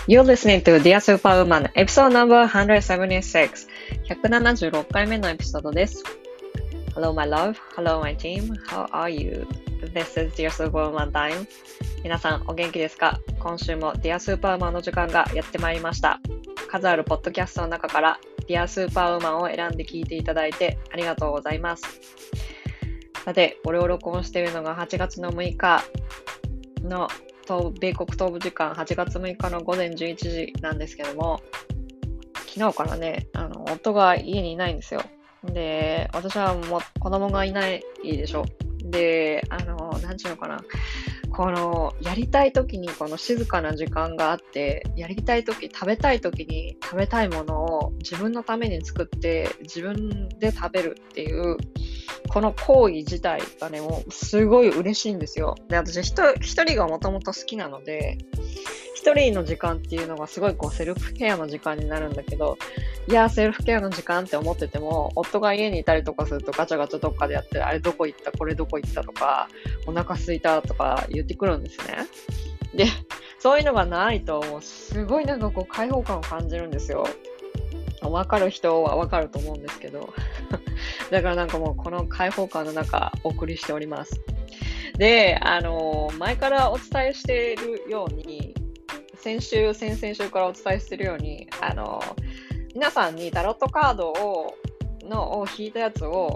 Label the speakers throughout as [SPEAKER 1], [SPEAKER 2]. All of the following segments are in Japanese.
[SPEAKER 1] You're listening to Dear Superwoman, episode number 176. 176回目のエピソードです。Hello, my love. Hello, my team. How are you? This is Dear Superwoman time. 皆さん、お元気ですか？今週も Dear Superwoman の時間がやってまいりました。数あるポッドキャストの中から Dear Superwoman を選んで聞いていただいてありがとうございます。さて、これを録音しているのが8月の6日の米国東部時間8月6日の午前11時なんですけども、昨日からね、夫が家にいないんですよ。で、私はもう子供がいないでしょ。で、なんていうのかな。やりたい時にこの静かな時間があって、やりたい時、食べたい時に食べたいものを自分のために作って自分で食べるっていう、この行為自体がね、もうすごい嬉しいんですよ。で、私一人がもともと好きなので、一人の時間っていうのがすごいセルフケアの時間になるんだけど、いや、セルフケアの時間って思ってても、夫が家にいたりとかするとガチャガチャどっかでやって、あれどこ行ったこれどこ行ったとか、お腹空いたとか言ってくるんですね。で、そういうのがないと、もうすごい開放感を感じるんですよ。わかる人はわかると思うんですけど。だからもうこの開放感の中、お送りしております。で、前からお伝えしているように、先々週からお伝えしているように、皆さんにタロットカードを引いたやつを、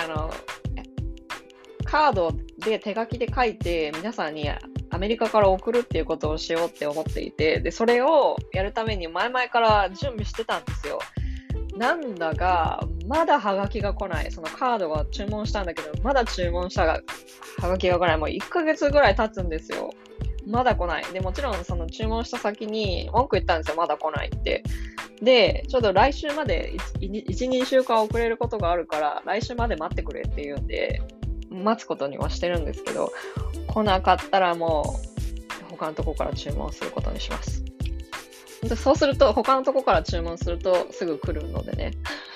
[SPEAKER 1] カードで手書きで書いて、皆さんにアメリカから送るっていうことをしようって思っていて、で、それをやるために前々から準備してたんですよ。なんだが、まだハガキが来ない。そのカードが注文したんだけど、まだ注文したハガキが来ない。もう1ヶ月ぐらい経つんですよ。まだ来ない。で、もちろんその注文した先に文句言ったんですよ。まだ来ないって。で、ちょっと来週まで1、2週間遅れることがあるから、来週まで待ってくれって言うんで、待つことにはしてるんですけど、来なかったらもう他のとこから注文することにします。で、そうすると、他のとこから注文するとすぐ来るのでね。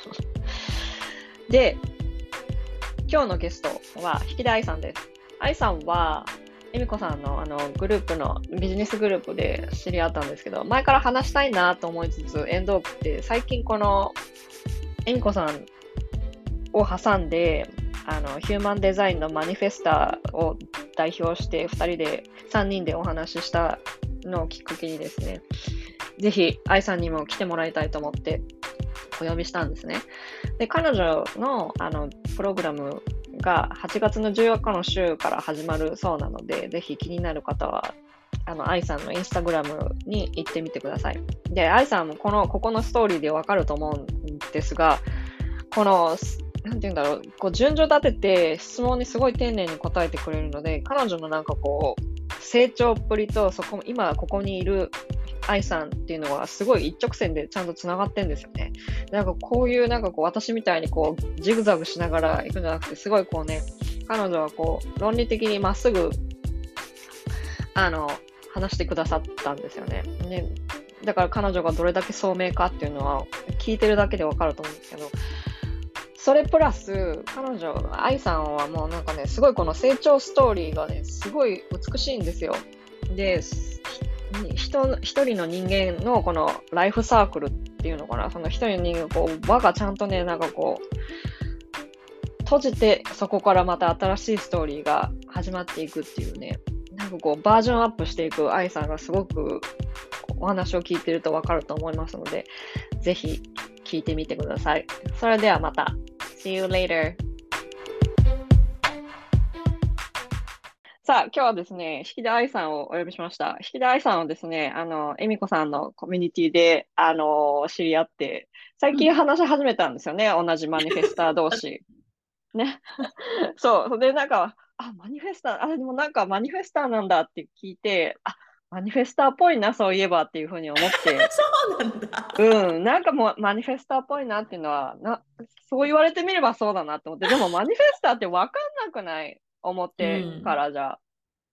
[SPEAKER 1] で、今日のゲストは引田愛さんです。愛さんは、恵美子さんのグループのビジネスグループで知り合ったんですけど、前から話したいなと思いつつ、縁遠くて、最近この恵美子さんを挟んで、ヒューマンデザインのマニフェスタを代表して3人でお話ししたのをきっかけにですね、ぜひ愛さんにも来てもらいたいと思ってお呼びしたんですね。で、彼女のプログラムが8月の14日の週から始まるそうなので、ぜひ気になる方は愛さんのインスタグラムに行ってみてください。で、愛さんもここのストーリーでわかると思うんですが、なんて言うんだろう、順序立てて質問にすごい丁寧に答えてくれるので、彼女の成長っぷりと今ここにいる愛さんっていうのはすごい一直線でちゃんとつながってんですよね。こういう私みたいにジグザグしながら行くんじゃなくて、すごい彼女は論理的にまっすぐ話してくださったんですよね。だから彼女がどれだけ聡明かっていうのは聞いてるだけでわかると思うんですけど、それプラス愛さんはもうすごいこの成長ストーリーがね、すごい美しいんですよ。で、一人の人間のこのライフサークルっていうのかな、その一人の人間が輪がちゃんとね、閉じて、そこからまた新しいストーリーが始まっていくっていうね、バージョンアップしていく愛さんがすごくお話を聞いてるとわかると思いますので、ぜひ聞いてみてください。それではまた。See you later. さあ、今日はですね、引田愛さんをお呼びしました。引田愛さんはですね、恵美子さんのコミュニティで、知り合って、最近話し始めたんですよね、同じマニフェスター同士。ね。そう。で、マニフェスタ、でもマニフェスターなんだって聞いて、マニフェスターっぽいな、そういえばっていうふうに思って。
[SPEAKER 2] そうなんだ。
[SPEAKER 1] もうマニフェスターっぽいなっていうのは、そう言われてみればそうだなって思って、でもマニフェスターってわかんなくない思っ
[SPEAKER 2] う
[SPEAKER 1] てか
[SPEAKER 2] ん。
[SPEAKER 1] らじゃ。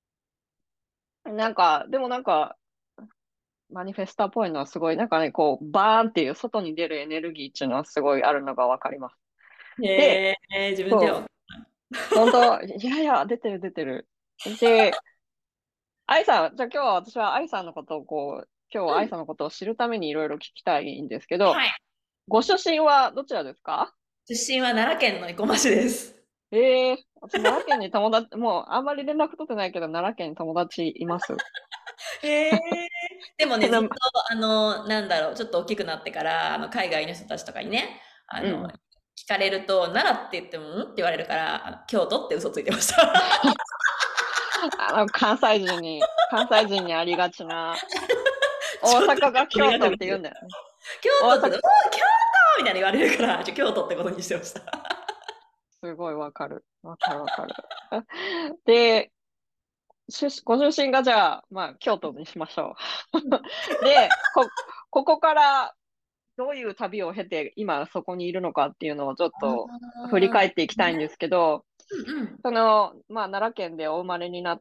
[SPEAKER 1] でもマニフェスターっぽいのはすごい、バーンっていう外に出るエネルギーっていうのはすごいあるのがわかります。で、
[SPEAKER 2] へえ、自分では。
[SPEAKER 1] そう、本当、いやいや、出てる。で、愛さん、じゃあ今日は私は愛さんのことを今日は
[SPEAKER 2] うん。
[SPEAKER 1] 愛さんのことを知るためにいろいろ聞きたいんですけど、
[SPEAKER 2] はい。
[SPEAKER 1] ご出身はどちらですか？
[SPEAKER 2] 出身は奈良県の生駒市です。
[SPEAKER 1] 私奈良県に友達、もうあんまり連絡取ってないけど、奈良県に友達います。
[SPEAKER 2] へえ。でもね、ずっと、
[SPEAKER 1] な
[SPEAKER 2] なんだろう、ちょっと大きくなってから、海外の人たちとかにね、
[SPEAKER 1] うん。
[SPEAKER 2] 聞かれると、奈良って言っても、んって言われるから、京都って嘘ついてました。
[SPEAKER 1] 関西人にありがちな、大
[SPEAKER 2] ちょっと
[SPEAKER 1] 阪が京都って
[SPEAKER 2] 苦手です。
[SPEAKER 1] 言うんだよね。
[SPEAKER 2] 京都って、
[SPEAKER 1] 大阪、
[SPEAKER 2] おー、京都みたいな言われるから、京都ってことにしてました。
[SPEAKER 1] すごいわかる。わかるわかる。で、ご出身がじゃあ、まあ、京都にしましょう。で、ここからどういう旅を経て今そこにいるのかっていうのをちょっと振り
[SPEAKER 2] ああ、
[SPEAKER 1] 返っていきたいんですけど、
[SPEAKER 2] うんうん。
[SPEAKER 1] まあ、奈良県でお生まれになって、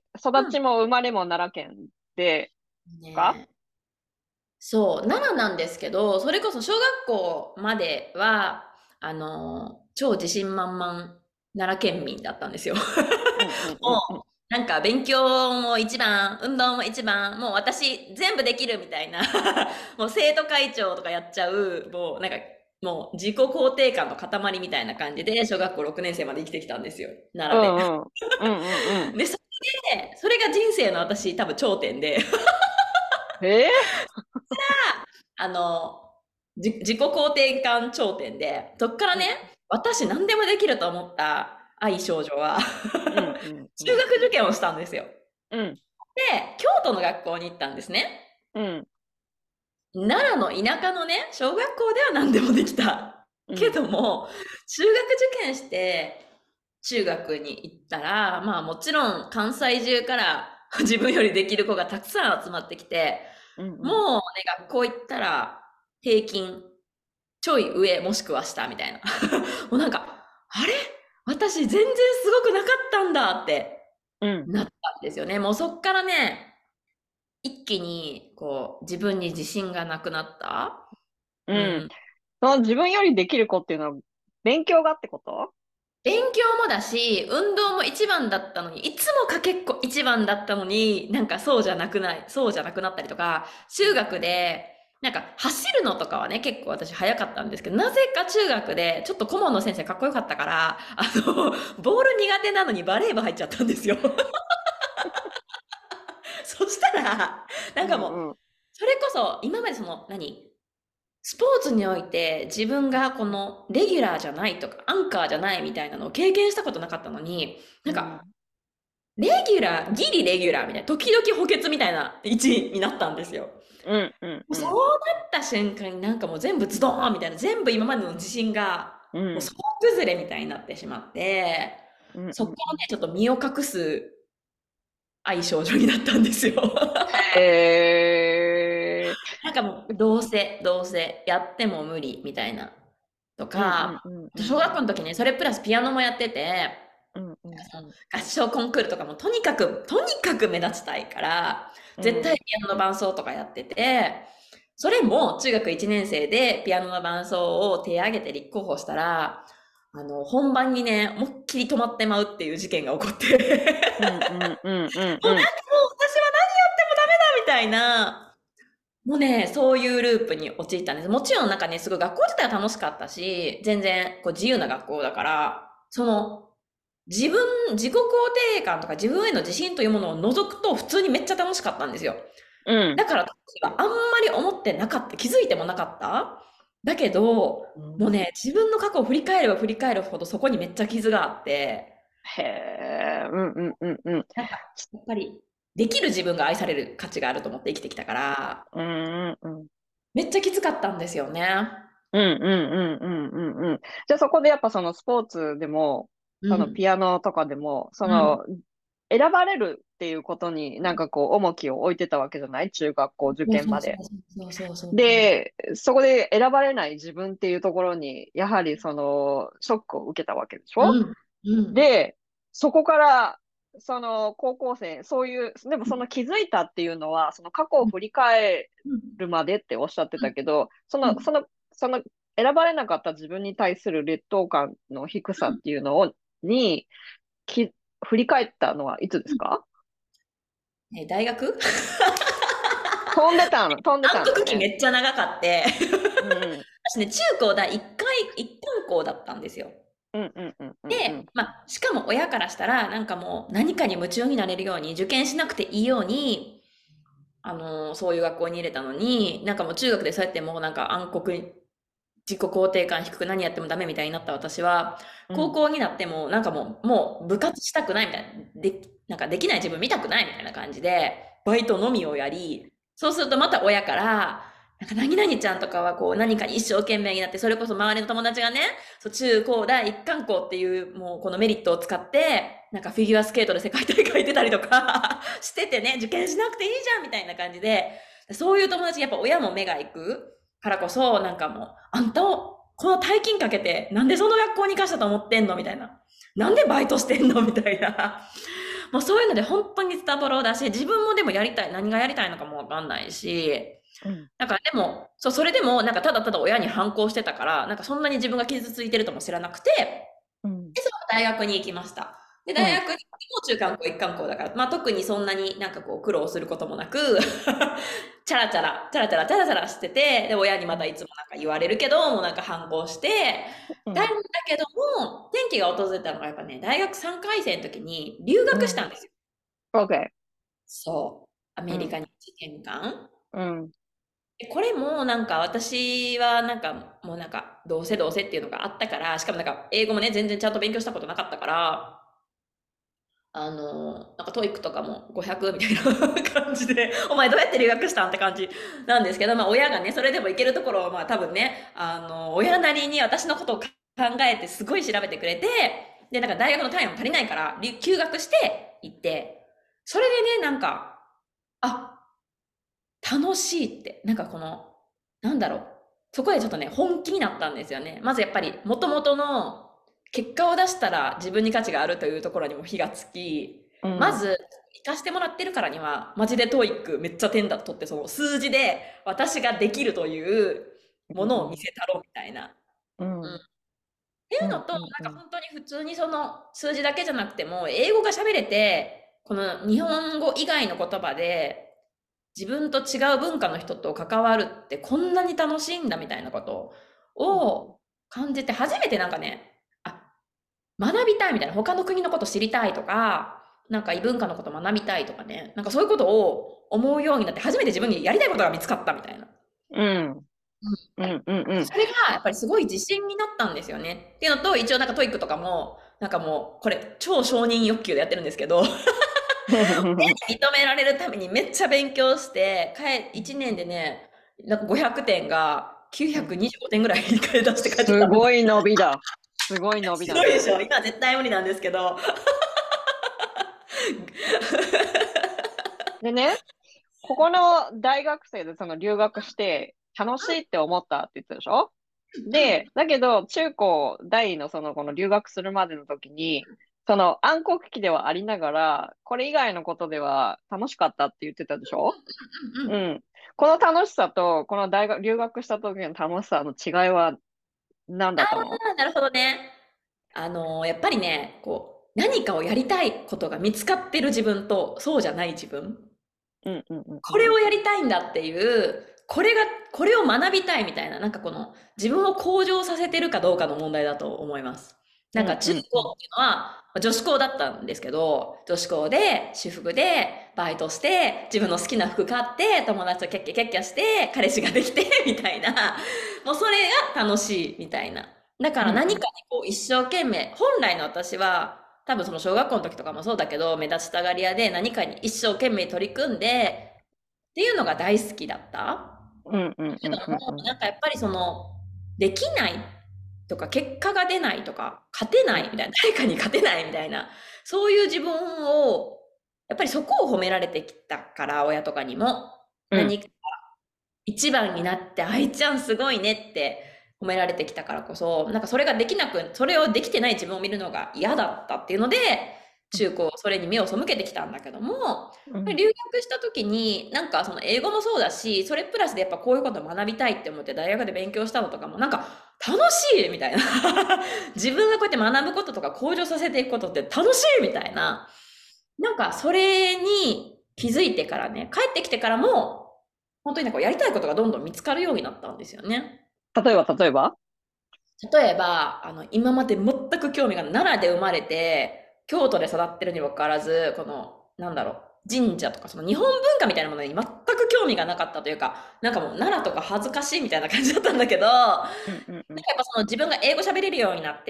[SPEAKER 1] 育
[SPEAKER 2] うん。
[SPEAKER 1] ちも生まれも奈良県でか？
[SPEAKER 2] ね、そう、奈良なんですけど、それこそ小学校までは、超自信満々奈良県民だったんですよ。
[SPEAKER 1] うんうんう
[SPEAKER 2] もう、
[SPEAKER 1] んうん。
[SPEAKER 2] なんか勉強も一番、運動も一番、もう私全部できるみたいな、もう生徒会長とかやっちゃう、もうなんか、もう自己肯定感の塊みたいな感じで、小学校6年生まで生きてきたんですよ、
[SPEAKER 1] う
[SPEAKER 2] 奈良で。
[SPEAKER 1] んうん。うんうんうん。
[SPEAKER 2] で、それが人生の私多分頂点で、
[SPEAKER 1] え
[SPEAKER 2] あの、自己肯定感頂点で、そっからね、
[SPEAKER 1] うん
[SPEAKER 2] 私何でもできると思った愛少女は
[SPEAKER 1] うんうんう
[SPEAKER 2] 中
[SPEAKER 1] ん。
[SPEAKER 2] 学受験をしたんですよ。
[SPEAKER 1] うん
[SPEAKER 2] で、京都の学校に行ったんですね。
[SPEAKER 1] うん
[SPEAKER 2] 奈良の田舎のね、小学校では何でもできた。け
[SPEAKER 1] うん
[SPEAKER 2] ども、中学受験して中学に行ったら、まあもちろん関西中から自分よりできる子がたくさん集まってきて、
[SPEAKER 1] うんうん。
[SPEAKER 2] もうね、学校行ったら平均ちょい上もしくは下みたいな。もうなんか、あれ私全然すごくなかったんだって
[SPEAKER 1] うん
[SPEAKER 2] なったんですよね。もうそっからね、一気にこう自分に自信がなくなった。
[SPEAKER 1] うん。
[SPEAKER 2] うん。
[SPEAKER 1] その自分よりできる子っていうのは勉強がってこと？
[SPEAKER 2] 勉強もだし、運動も一番だったのに、いつもかけっこ一番だったのに、なんかそうじゃなくなったりとか、中学で、なんか走るのとかはね、結構私早かったんですけど、なぜか中学で、ちょっと顧問の先生かっこよかったから、ボール苦手なのにバレー部入っちゃったんですよ。そしたら、な
[SPEAKER 1] う
[SPEAKER 2] んかもう、
[SPEAKER 1] んうん
[SPEAKER 2] それこそ、今までスポーツにおいて自分がこのレギュラーじゃないとか、アンカーじゃないみたいなのを経験したことなかったのに、なんか、
[SPEAKER 1] うん
[SPEAKER 2] ギリレギュラーみたいな、時々補欠みたいな位置になったんですよ。
[SPEAKER 1] うんうん
[SPEAKER 2] もうそう
[SPEAKER 1] うん
[SPEAKER 2] なった瞬間になんかもう全部ズドーンみたいな、全部今までの自信が、
[SPEAKER 1] うん
[SPEAKER 2] もう総崩れみたいになってしまって、
[SPEAKER 1] うんうん。
[SPEAKER 2] そっからね、ちょっと身を隠す愛少女になったんですよ。
[SPEAKER 1] へー。
[SPEAKER 2] なんかもう、どうせ、やっても無理、みたいな。と
[SPEAKER 1] うんうん
[SPEAKER 2] か、
[SPEAKER 1] うんうん
[SPEAKER 2] 小学校
[SPEAKER 1] うん
[SPEAKER 2] の時ね、それプラスピアノもやってて、
[SPEAKER 1] うんうんうん
[SPEAKER 2] 合唱コンクールとかもとにかく目立ちたいから、絶対
[SPEAKER 1] うん
[SPEAKER 2] ピアノの伴奏とかやってて、それも中学1年生でピアノの伴奏を手挙げて立候補したら、本番にね、思いっきり止まってまうっていう事件が起こって
[SPEAKER 1] うんうんうんうん
[SPEAKER 2] もうなんかもう私は何やっ
[SPEAKER 1] うん
[SPEAKER 2] てもダメだみたいな、もうね、そういうループに陥ったんです。もちろんなんかね、すごい学校自体は楽しかったし、全然こう自由な学校だから、自己肯定感とか自分への自信というものを除くと普通にめっちゃ楽しかったんですよ。
[SPEAKER 1] うん
[SPEAKER 2] だから当時はあんまり思ってなかった、気づいてもなかった。だけど、
[SPEAKER 1] うん
[SPEAKER 2] もうね、自分の過去を振り返れば振り返るほどそこにめっちゃ傷があって、
[SPEAKER 1] へえ、うんうんうんうん。
[SPEAKER 2] なんか、やっぱり、できる自分が愛される価値があると思って生きてきたから、
[SPEAKER 1] うんうんうん。
[SPEAKER 2] めっちゃきつかったんですよね。
[SPEAKER 1] うんうんうんうんうんうん。じゃあそこでやっぱそのスポーツでも、その
[SPEAKER 2] うん。
[SPEAKER 1] ピアノとかでも、
[SPEAKER 2] うん。
[SPEAKER 1] 選ばれるっていうことになんかこう重きを置いてたわけじゃない？中学校受
[SPEAKER 2] そうそう
[SPEAKER 1] 験まで。
[SPEAKER 2] そうそうそうそうそう。
[SPEAKER 1] で、そこで選ばれない自分っていうところに、やはりその、ショックを受けたわけでしょ？
[SPEAKER 2] うん。うん。
[SPEAKER 1] で、そこから、その高校生、そういう、でもその気づいたっていうのは、その過去を振り返
[SPEAKER 2] うん。
[SPEAKER 1] るまでっておっしゃってたけど、
[SPEAKER 2] うん。
[SPEAKER 1] その選ばれなかった自分に対する劣等感の低さっていうのに、き、振り返ったのはいつですか？
[SPEAKER 2] 大学
[SPEAKER 1] 飛んでたんだ
[SPEAKER 2] 暗黒期
[SPEAKER 1] ね。
[SPEAKER 2] めっちゃ長かって。
[SPEAKER 1] うん。
[SPEAKER 2] 私ね、中高大一貫校だったんですよ。
[SPEAKER 1] うんうんうんうんう
[SPEAKER 2] で、
[SPEAKER 1] ん。
[SPEAKER 2] まあ、しかも親からしたら、なんかもう何かに夢中になれるように、受験しなくていいように、そういう学校に入れたのに、なんかもう中学でそうやってもうなんか暗黒に自己肯定感低く何やってもダメみたいになった私は、
[SPEAKER 1] うん。
[SPEAKER 2] 高校になってもなんかもう部活したくないみたいな、なんかできない自分見たくないみたいな感じで、バイトのみをやり、そうするとまた親から、なんか何々ちゃんとかはこう何かに一生懸命になって、それこそ周りの友達がね、そう中高大一貫校っていうもうこのメリットを使って、なんかフィギュアスケートで世界大会行ってたりとかしててね、受験しなくていいじゃんみたいな感じで、そういう友達やっぱ親も目が行く。からこそ、なんかもう、あんたを、この大金かけて、なんでその学校に行かしたと思ってんのみたいな。なんでバイトしてんのみたいな。もうそういうので本当にスタボロだし、自分もでもやりたい、何がやりたいのかもわかんないし、
[SPEAKER 1] うん。
[SPEAKER 2] なんかでも、そう、それでも、なんかただただ親に反抗してたから、なんかそんなに自分が傷ついてるとも知らなくて、
[SPEAKER 1] うん。
[SPEAKER 2] で、その大学に行きました。で、
[SPEAKER 1] うん。
[SPEAKER 2] 大学にも中間校一貫校だから、まあ特にそんなになんかこう苦労することもなく、チャラチャラ、チャラチャラ、チャラチャラしてて、で、親にまたいつもなんか言われるけど、もうなんか反抗して、
[SPEAKER 1] うん。
[SPEAKER 2] だけども、転機が訪れたのがやっぱね、大学3回生の時に留
[SPEAKER 1] うん。
[SPEAKER 2] 学したんですよ。
[SPEAKER 1] OK。
[SPEAKER 2] そう。ア
[SPEAKER 1] うん。
[SPEAKER 2] メリカに1年間。
[SPEAKER 1] うん。
[SPEAKER 2] でこれもなんか私はなんかもうなんかどうせどうせっていうのがあったから、しかもなんか英語もね、全然ちゃんと勉強したことなかったから、なんかトイックとかも500みたいな感じで、お前どうやって留学したんって感じなんですけど、まあ親がね、それでも行けるところをまあ多分ね、親なりに私のことを考えてすごい調べてくれて、で、なんか大学の単位も足りないから、休学して行って、それでね、なんか、あ、楽しいって、なんかこの、なんだろう。そこでちょっとね、本気になったんですよね。まずやっぱり、元々の結果を出したら自分に価値があるというところにも火がつき、
[SPEAKER 1] うん。
[SPEAKER 2] まず、行かしてもらってるからには、マジでトーイックめっちゃ点だとって、その数字で私ができるというものを見せたろうみたいな。
[SPEAKER 1] うん。
[SPEAKER 2] うん。っ
[SPEAKER 1] うん。
[SPEAKER 2] ていうのと、なん
[SPEAKER 1] うん。うん。
[SPEAKER 2] か本当に普通にその数字だけじゃなくても、英語が喋れて、この日本語以外の言葉で、自分と違う文化の人と関わるってこんなに楽しいんだみたいなことを感じて初めてなんかね、あ、学びたいみたいな、他の国のこと知りたいとか、なんか異文化のこと学びたいとかね、なんかそういうことを思うようになって初めて自分にやりたいことが見つかったみたいな。
[SPEAKER 1] うん。うん。うん。うん。
[SPEAKER 2] それがやっぱりすごい自信になったんですよね。っていうのと、一応なんかトイックとかも、なんかもう、これ超承認欲求でやってるんですけど、認められるためにめっちゃ勉強して、1年でね、なんか500点が925点ぐらい出して帰ってきたんです。
[SPEAKER 1] すごい伸びだ。すごい伸びだね。
[SPEAKER 2] すごいでしょ今絶対無理なんですけど。
[SPEAKER 1] でね、ここの大学生でその留学して楽しいって思ったって言ってたでしょ？で、だけど中高大のそのこの留学するまでの時に、その暗黒期ではありながら、これ以外のことでは楽しかったって言ってたでしょ？
[SPEAKER 2] うんうん。
[SPEAKER 1] うん。この楽しさと、この大学、留学した時の楽しさの違いは何だ
[SPEAKER 2] あ
[SPEAKER 1] ったの？
[SPEAKER 2] あ、なるほどね。やっぱりね、こう、何かをやりたいことが見つかってる自分と、そうじゃない自分。
[SPEAKER 1] うんうんうんうん。
[SPEAKER 2] これをやりたいんだっていう、これを学びたいみたいな、なんかこの、自分を向上させてるかどうかの問題だと思います。
[SPEAKER 1] う
[SPEAKER 2] なんか中
[SPEAKER 1] んうんうん。
[SPEAKER 2] 高っていうのは、女子校だったんですけど、女子校で、私服で、バイトして、自分の好きな服買って、友達とキャッキャキャッキャして、彼氏ができて、みたいな、もうそれが楽しい、みたいな。だから何かにこう一生懸命、本来の私は、多分その小学校の時とかもそうだけど、目立ちたがり屋で何かに一生懸命取り組んで、っていうのが大好きだった。
[SPEAKER 1] うんうんうん
[SPEAKER 2] けども、
[SPEAKER 1] うんうん。
[SPEAKER 2] なんかやっぱりその、できないとか、結果が出ないとか、勝てないみたいな、誰かに勝てないみたいな、そういう自分を、やっぱりそこを褒められてきたから、親とかにも。
[SPEAKER 1] うん。
[SPEAKER 2] 何か一番になって、愛ちゃんすごいねって褒められてきたからこそ、なんかそれができなく、それをできてない自分を見るのが嫌だったっていうので、中高それに目を背けてきたんだけども、
[SPEAKER 1] うん。
[SPEAKER 2] 留学した時に、なんかその英語もそうだし、それプラスでやっぱこういうことを学びたいって思って大学で勉強したのとかも、なんか楽しいみたいな。自分がこうやって学ぶこととか向上させていくことって楽しいみたいな。なんかそれに気づいてからね、帰ってきてからも、 本当になんかやりたいことがどんどん見つかるようになったんですよね。
[SPEAKER 1] 例えば。
[SPEAKER 2] 例えば、今まで全く興味がない奈良で生まれて、京都で育ってるにもかかわらず、なんだろう、神社とかその日本文化みたいなものに全く興味がなかったというか、なんかもう奈良とか恥ずかしいみたいな感じだったんだけど、
[SPEAKER 1] うんうんうん。
[SPEAKER 2] やっぱその自分が英語喋れるようになって、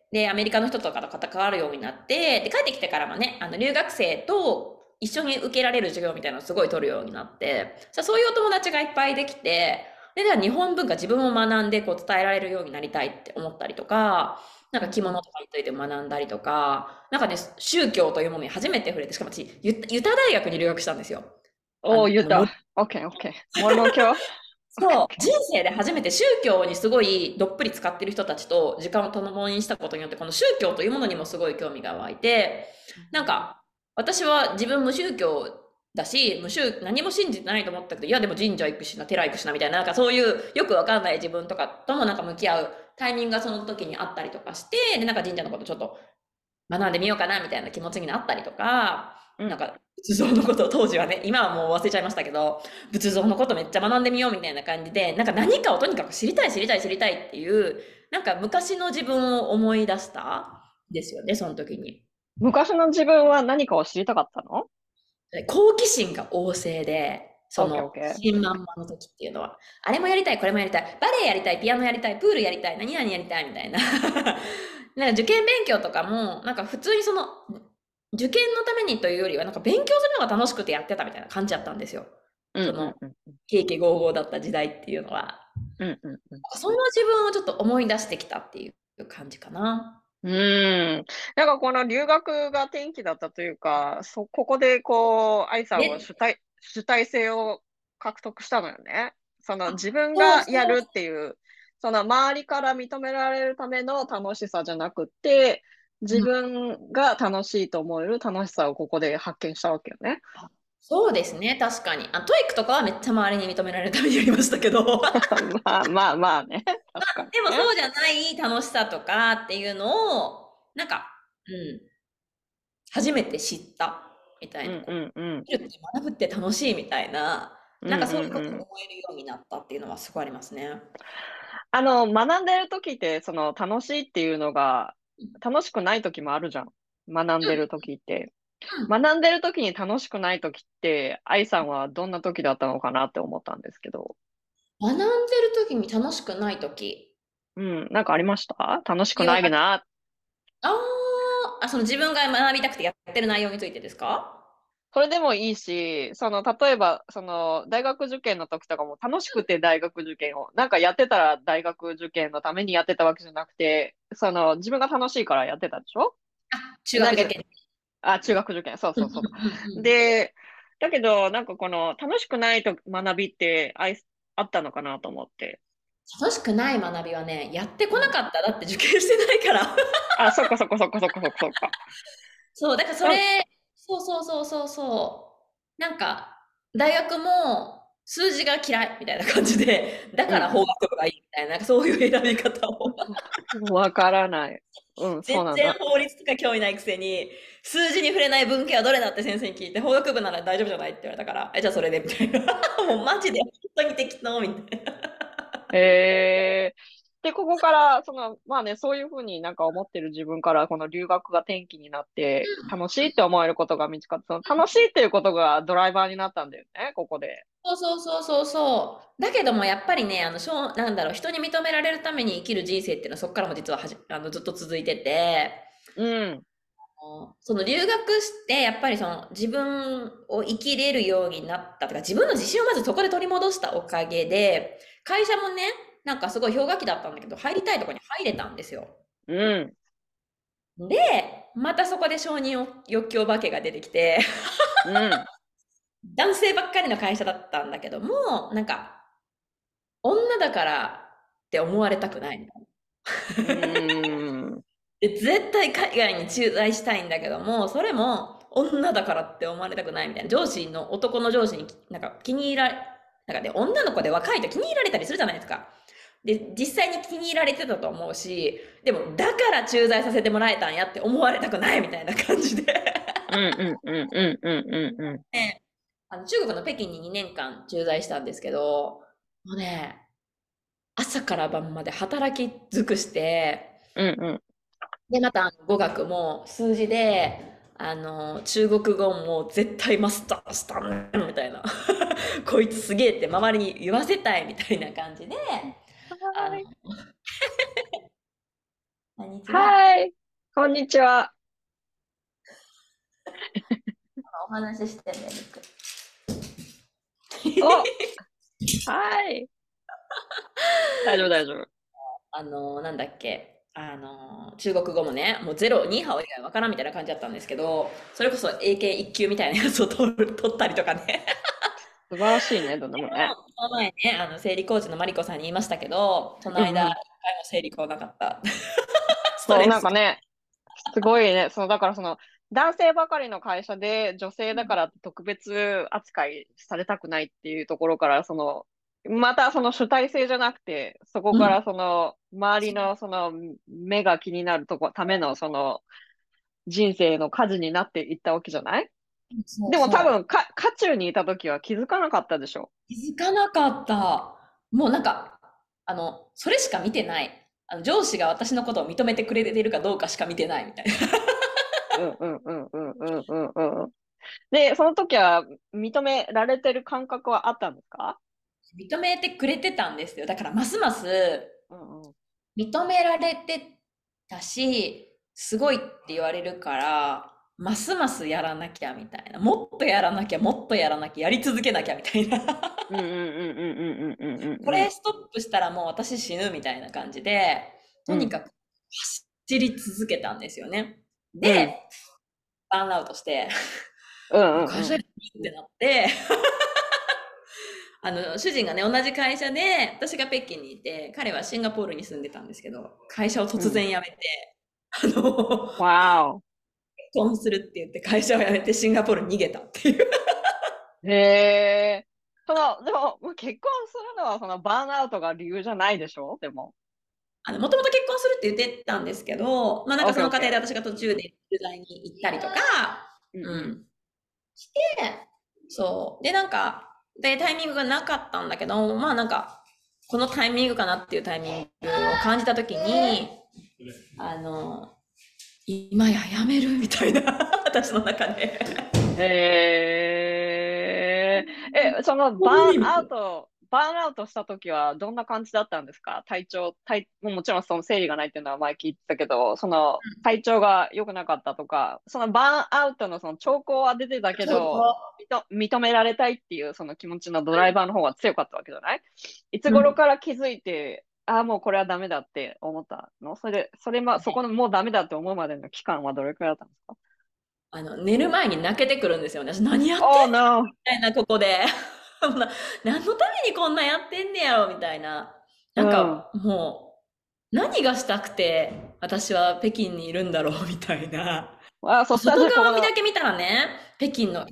[SPEAKER 2] で、アメリカの人とかと関わるようになって、で、帰ってきてからもね、留学生と一緒に受けられる授業みたいなのをすごい取るようになって、そういうお友達がいっぱいできて、では日本文化自分を学んでこう伝えられるようになりたいって思ったりとか、なんか着物とかについて学んだりとか、なんかね、宗教というものに初めて触れて、しかも私、ユタ大学に留学したんですよ。
[SPEAKER 1] おー、言っ
[SPEAKER 2] 無
[SPEAKER 1] た。OK, OK. モルモ教 ?OK,
[SPEAKER 2] そう、
[SPEAKER 1] OK.
[SPEAKER 2] 人生で初めて宗教にすごいどっぷり使ってる人たちと時間を共にしたことによって、この宗教というものにもすごい興味が湧いて、なんか、私は自分無宗教だし、何も信じてないと思ったけど、いやでも神社行くしな、寺行くしな、みたいな、なんかそういうよくわかんない自分とかともなんか向き合うタイミングがその時にあったりとかして、で、なんか神社のことちょっと学んでみようかなみたいな気持ちになったりとか、
[SPEAKER 1] うん。
[SPEAKER 2] なんか仏像のことを当時はね、今はもう忘れちゃいましたけど、仏像のことめっちゃ学んでみようみたいな感じで、なんか何かをとにかく知りたい知りたい知りたいっていう、なんか昔の自分を思い出したんですよね、その時に。
[SPEAKER 1] 昔の自分は何かを知りたかったの？
[SPEAKER 2] 好奇心が旺盛で、
[SPEAKER 1] OK, OK.
[SPEAKER 2] 新満々の時っていうのは、あれもやりたい、これもやりたい、バレエやりたい、ピアノやりたい、プールやりたい、何々やりたいみたいな。なんか受験勉強とかも、なんか普通に受験のためにというよりは、なんか勉強するのが楽しくてやってたみたいな感じだったんですよ。
[SPEAKER 1] うん
[SPEAKER 2] その、
[SPEAKER 1] うんうん。
[SPEAKER 2] 景気豪々だった時代っていうのは。
[SPEAKER 1] うんうんうん。
[SPEAKER 2] その自分をちょっと思い出してきたっていう感じかな。
[SPEAKER 1] うーん。なんかこの留学が転機だったというか、ここでこう、愛さんは
[SPEAKER 2] で、
[SPEAKER 1] 主体性を獲得したのよね。その自分
[SPEAKER 2] そう
[SPEAKER 1] がやる
[SPEAKER 2] そう、
[SPEAKER 1] っていう、その周りから認められるための楽しさじゃなくて、自
[SPEAKER 2] うん、
[SPEAKER 1] 分が楽しいと思える楽しさをここで発見したわけよね。
[SPEAKER 2] そうですね、確かに。トイックとかはめっちゃ周りに認められるためにやりましたけど。
[SPEAKER 1] まあまあまあね。確かに
[SPEAKER 2] でも
[SPEAKER 1] ね。
[SPEAKER 2] そうじゃない楽しさとかっていうのを、なんか、うん、初めて知ったみたいな、
[SPEAKER 1] うんうんうん。
[SPEAKER 2] 見るって学ぶって楽しいみたいな、
[SPEAKER 1] うん
[SPEAKER 2] なんかそういう
[SPEAKER 1] うんうん。
[SPEAKER 2] ことを思えるようになったっていうのはすごいありますね。
[SPEAKER 1] 学んでる時って、その楽しいっていうのが、楽しくない時もあるじゃん。学んでる時って。学んでる時に楽しくない時って、愛さんはどんな時だったのかなって思ったんですけど。
[SPEAKER 2] 学んでる時に楽しくない時
[SPEAKER 1] うん、なんかありました楽しく
[SPEAKER 2] 理由は、
[SPEAKER 1] ないな。
[SPEAKER 2] その自分が学びたくてやってる内容についてですか？
[SPEAKER 1] それでもいいし、例えば、大学受験の時とかも楽しくて大学受験を、なんかやってたら大学受験のためにやってたわけじゃなくて、自分が楽しいからやってたでしょ？
[SPEAKER 2] 中学
[SPEAKER 1] だけど、
[SPEAKER 2] 受験。
[SPEAKER 1] あ、中学受験、そう
[SPEAKER 2] うんうん
[SPEAKER 1] そうそう。
[SPEAKER 2] うんうん。
[SPEAKER 1] で、だけど、なんかこの楽しくないと学びってあったのかなと思って。
[SPEAKER 2] 楽しくない学びはね、やってこな
[SPEAKER 1] うん。
[SPEAKER 2] かった。だって受験してないから。
[SPEAKER 1] あ、そっかそっかそっかそっかそっかそっか。
[SPEAKER 2] そう、だからそ
[SPEAKER 1] あ、
[SPEAKER 2] れ、そうそうそうそうそう。なんか、大学も数字が嫌いみたいな感じで、だから法
[SPEAKER 1] うん
[SPEAKER 2] 学部がいいみたいな、なんかそういう選び方を。
[SPEAKER 1] うん。わからない。うん、
[SPEAKER 2] 全然
[SPEAKER 1] そうなんだ。
[SPEAKER 2] 法律とか興味ないくせに、数字に触れない文系はどれだって先生に聞いて、法学部なら大丈夫じゃないって言われたから、じゃあそれでみたいな。もうマジで本当に適当みたいな。
[SPEAKER 1] で、ここから、まあね、そういうふうになんか思ってる自分から、この留学が転機になって、楽しいって思えることが見つかって、その楽しいっていうことがドライバーになったんだよね、ここで。
[SPEAKER 2] そうそうそうそうそう。だけどもやっぱりね、なんだろう、人に認められるために生きる人生っていうのはそこからも実はずっと続いてて、
[SPEAKER 1] うん。
[SPEAKER 2] その留学して、やっぱりその自分を生きれるようになったとか、自分の自信をまずそこで取り戻したおかげで、会社もね、なんかすごい氷河期だったんだけど、入りたいところに入れたんですよ。
[SPEAKER 1] うん。
[SPEAKER 2] で、またそこで承認欲求お化けが出てきて、
[SPEAKER 1] うん。
[SPEAKER 2] 男性ばっかりの会社だったんだけども、なんか、女だからって思われたくないみたいな。
[SPEAKER 1] うーん。
[SPEAKER 2] で、絶対海外に駐在したいんだけども、それも女だからって思われたくないみたいな。男の上司になんか気に入られ、なんかね、女の子で若いと気に入られたりするじゃないですか。で、実際に気に入られてたと思うし、でも、だから駐在させてもらえたんやって思われたくないみたいな感じで。
[SPEAKER 1] うんうんうんうんうんうんうん。
[SPEAKER 2] 中国の北京に2年間駐在したんですけど、もうね、朝から晩まで働き尽くして、
[SPEAKER 1] うんうん。
[SPEAKER 2] で、また語学も数字で、中国語も絶対マスターしたんみたいな。こいつすげえって周りに言わせたいみたいな感じで、あの、
[SPEAKER 1] はい。
[SPEAKER 2] こんにちは。
[SPEAKER 1] はい。こんにちは。
[SPEAKER 2] お話ししてね、リク。
[SPEAKER 1] お、はい。大丈夫、大丈夫。
[SPEAKER 2] なんだっけ、中国語もね、もうゼロ、ニーハオ以外わからんみたいな感じだったんですけど、それこそ英検一級みたいなやつを取ったりとかね。
[SPEAKER 1] 素晴らしいね、どんなもんね。
[SPEAKER 2] この前ね、生理コーチのマリコさんに言いましたけど、この間、一
[SPEAKER 1] うんうん。
[SPEAKER 2] 回も生理来なかった。スト
[SPEAKER 1] そう、
[SPEAKER 2] レス。
[SPEAKER 1] なんかね、すごいね。だから男性ばかりの会社で女性だからって特別扱いされたくないっていうところから、またその主体性じゃなくて、そこ
[SPEAKER 2] うん。
[SPEAKER 1] から周りの目が気になるための人生の舵になっていったわけじゃない？
[SPEAKER 2] そう
[SPEAKER 1] でも多
[SPEAKER 2] そう。
[SPEAKER 1] 分渦中にいた時は気づかなかったでしょ？
[SPEAKER 2] 気づかなかった。もうなんか、それしか見てない。上司が私のことを認めてくれているかどうかしか見てないみたいな。
[SPEAKER 1] うんうんうんうんうんうんうん。で、その時は認められてる感覚はあったんですか？
[SPEAKER 2] 認めてくれてたんですよ。だからますます
[SPEAKER 1] うんうん。
[SPEAKER 2] 認められてたし、すごいって言われるから、ますますやらなきゃみたいな。もっとやらなきゃ、もっとやらなきゃ、やり続けなきゃみたいな。
[SPEAKER 1] うんうんうんうんうんうんうんうん
[SPEAKER 2] これストップしたらもう私死ぬみたいな感じで、
[SPEAKER 1] うん。
[SPEAKER 2] とにかく走り続けたんですよね。で、
[SPEAKER 1] うん
[SPEAKER 2] バーンアウトして、
[SPEAKER 1] うん
[SPEAKER 2] もう
[SPEAKER 1] うんうん。
[SPEAKER 2] 会社にってなって、主人がね、同じ会社で、私が北京にいて、彼はシンガポールに住んでたんですけど、会社を突
[SPEAKER 1] うん。
[SPEAKER 2] 然辞めて、あの、
[SPEAKER 1] わー
[SPEAKER 2] 結婚するって言って会社を辞めてシンガポールに逃げたっていう。
[SPEAKER 1] お。へえ。でも、結婚するのはバーンアウトが理由じゃないでしょでも。
[SPEAKER 2] もともと結婚するって言ってたんですけど、まあなん
[SPEAKER 1] オッ
[SPEAKER 2] かその過程で
[SPEAKER 1] ケーオッケ
[SPEAKER 2] 私が途中で取材に行ったりとか、
[SPEAKER 1] ー。うんうん。
[SPEAKER 2] うん。で、そう。で、なんか、で、タイミングがなかったんだけど、まあなんか、このタイミングかなっていうタイミングを感じたときに、あの、今ややめるみたいな、私の中で。
[SPEAKER 1] へえ。バーンアウトした時はどんな感じだったんですか？もちろんその生理がないっていうのは前聞いてたけど、体調が良くなかったとか、そのバーンアウトのその兆候は出てたけ
[SPEAKER 2] そうそ
[SPEAKER 1] ど、認められたいっていうその気持ちのドライバーの方が強かったわけじゃない？いつ
[SPEAKER 2] う。うん。
[SPEAKER 1] 頃から気づいて、ああ、もうこれはダメだって思ったの？そこのもうダメだって思うまでの期間はどれくらいだったんですか？
[SPEAKER 2] 寝る前に泣けてくるんですよね。私何やってん
[SPEAKER 1] ？Oh no!
[SPEAKER 2] みたいな、ここで。何のためにこんなやってんねやろみたいな。
[SPEAKER 1] うん。
[SPEAKER 2] もう、何がしたくて私は北京にいるんだろうみたいな。
[SPEAKER 1] そした
[SPEAKER 2] 外
[SPEAKER 1] ら
[SPEAKER 2] 側を見だけ見たらね、北京の、